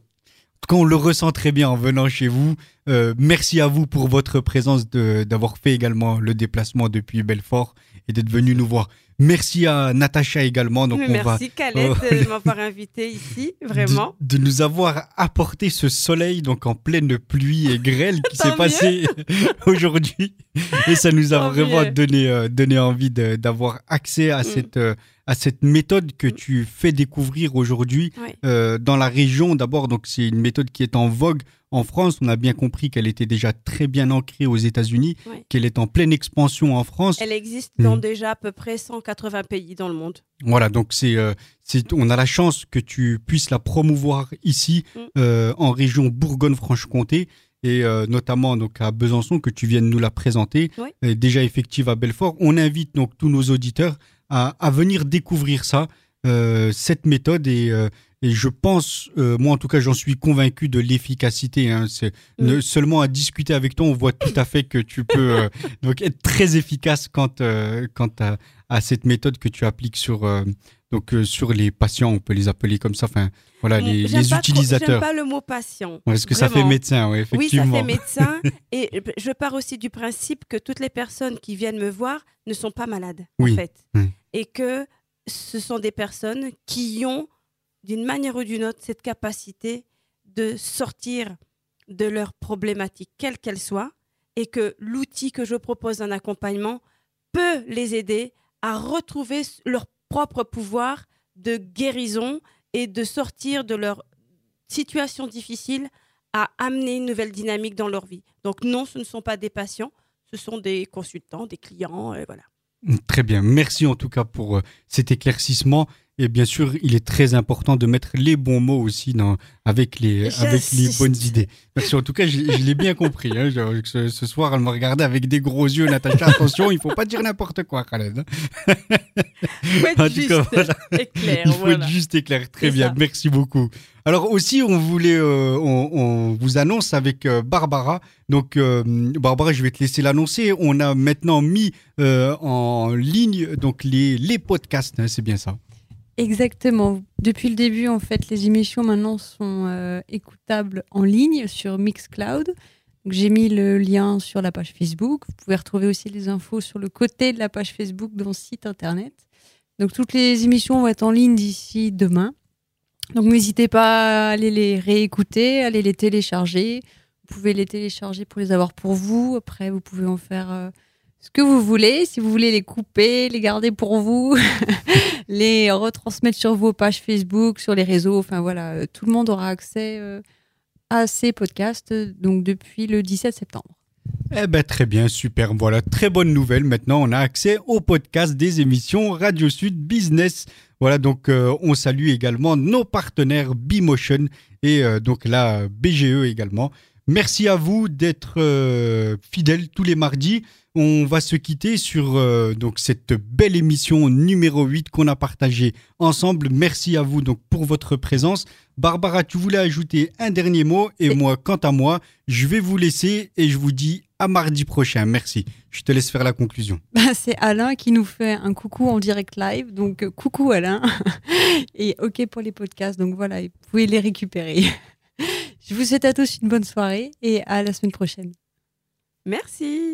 En tout cas, on le ressent très bien en venant chez vous. Merci à vous pour votre présence, d'avoir fait également le déplacement depuis Belfort et d'être venu nous voir. Merci à Natacha également. Donc merci Khaled de m'avoir invité ici, vraiment. De nous avoir apporté ce soleil donc en pleine pluie et grêle qui s'est passé aujourd'hui. Et ça nous a vraiment donné envie d'avoir accès à cette méthode que tu fais découvrir aujourd'hui dans la région. D'abord, donc c'est une méthode qui est en vogue en France. On a bien compris qu'elle était déjà très bien ancrée aux États-Unis, qu'elle est en pleine expansion en France. Elle existe dans déjà à peu près 180 pays dans le monde. Voilà, donc on a la chance que tu puisses la promouvoir ici, en région Bourgogne-Franche-Comté, et notamment donc à Besançon, que tu viennes nous la présenter, déjà effective à Belfort. On invite donc tous nos auditeurs à venir découvrir ça, cette méthode, et je pense, moi en tout cas j'en suis convaincu de l'efficacité. Seulement à discuter avec toi, on voit tout à fait que tu peux donc être très efficace quant à cette méthode que tu appliques sur les patients, on peut les appeler comme ça, enfin voilà, les utilisateurs. J'aime pas le mot patient. Parce que ça fait médecin, effectivement. Oui, ça fait médecin, et je pars aussi du principe que toutes les personnes qui viennent me voir ne sont pas malades, en fait. Et que ce sont des personnes qui ont, d'une manière ou d'une autre, cette capacité de sortir de leurs problématiques, quelles qu'elles soient, et que l'outil que je propose en accompagnement peut les aider à retrouver leur propre pouvoir de guérison et de sortir de leur situation difficile à amener une nouvelle dynamique dans leur vie. Donc non, ce ne sont pas des patients, ce sont des consultants, des clients, voilà. Très bien, merci en tout cas pour cet éclaircissement. Et bien sûr, il est très important de mettre les bons mots aussi avec les bonnes idées. Merci, en tout cas, je l'ai bien compris. Ce soir, elle me regardait avec des gros yeux. Natacha, attention, il ne faut pas dire n'importe quoi, Khaled. Il faut être juste et clair. Il faut être juste et clair. Très bien, merci beaucoup. Alors aussi, on vous annonce avec Barbara. Donc, Barbara, je vais te laisser l'annoncer. On a maintenant mis en ligne donc les podcasts, c'est bien ça? Exactement. Depuis le début, en fait, les émissions maintenant sont écoutables en ligne sur Mixcloud. Donc, j'ai mis le lien sur la page Facebook. Vous pouvez retrouver aussi les infos sur le côté de la page Facebook dans le site internet. Donc, toutes les émissions vont être en ligne d'ici demain. Donc, n'hésitez pas à aller les réécouter, à aller les télécharger. Vous pouvez les télécharger pour les avoir pour vous. Après, vous pouvez en faire ce que vous voulez. Si vous voulez les couper, les garder pour vous, les retransmettre sur vos pages Facebook, sur les réseaux. Enfin voilà, tout le monde aura accès à ces podcasts donc depuis le 17 septembre. Eh ben très bien, super. Voilà, très bonne nouvelle. Maintenant, on a accès au podcast des émissions Radio Sud Business. Voilà, donc on salue également nos partenaires Bimotion et donc la BGE également. Merci à vous d'être fidèles tous les mardis. On va se quitter sur donc cette belle émission numéro 8 qu'on a partagée ensemble. Merci à vous donc pour votre présence. Barbara, tu voulais ajouter un dernier mot et moi, quant à moi, je vais vous laisser et je vous dis à mardi prochain. Merci. Je te laisse faire la conclusion. C'est Alain qui nous fait un coucou en direct live. Donc coucou Alain. Et OK pour les podcasts. Donc voilà, vous pouvez les récupérer. Je vous souhaite à tous une bonne soirée et à la semaine prochaine. Merci.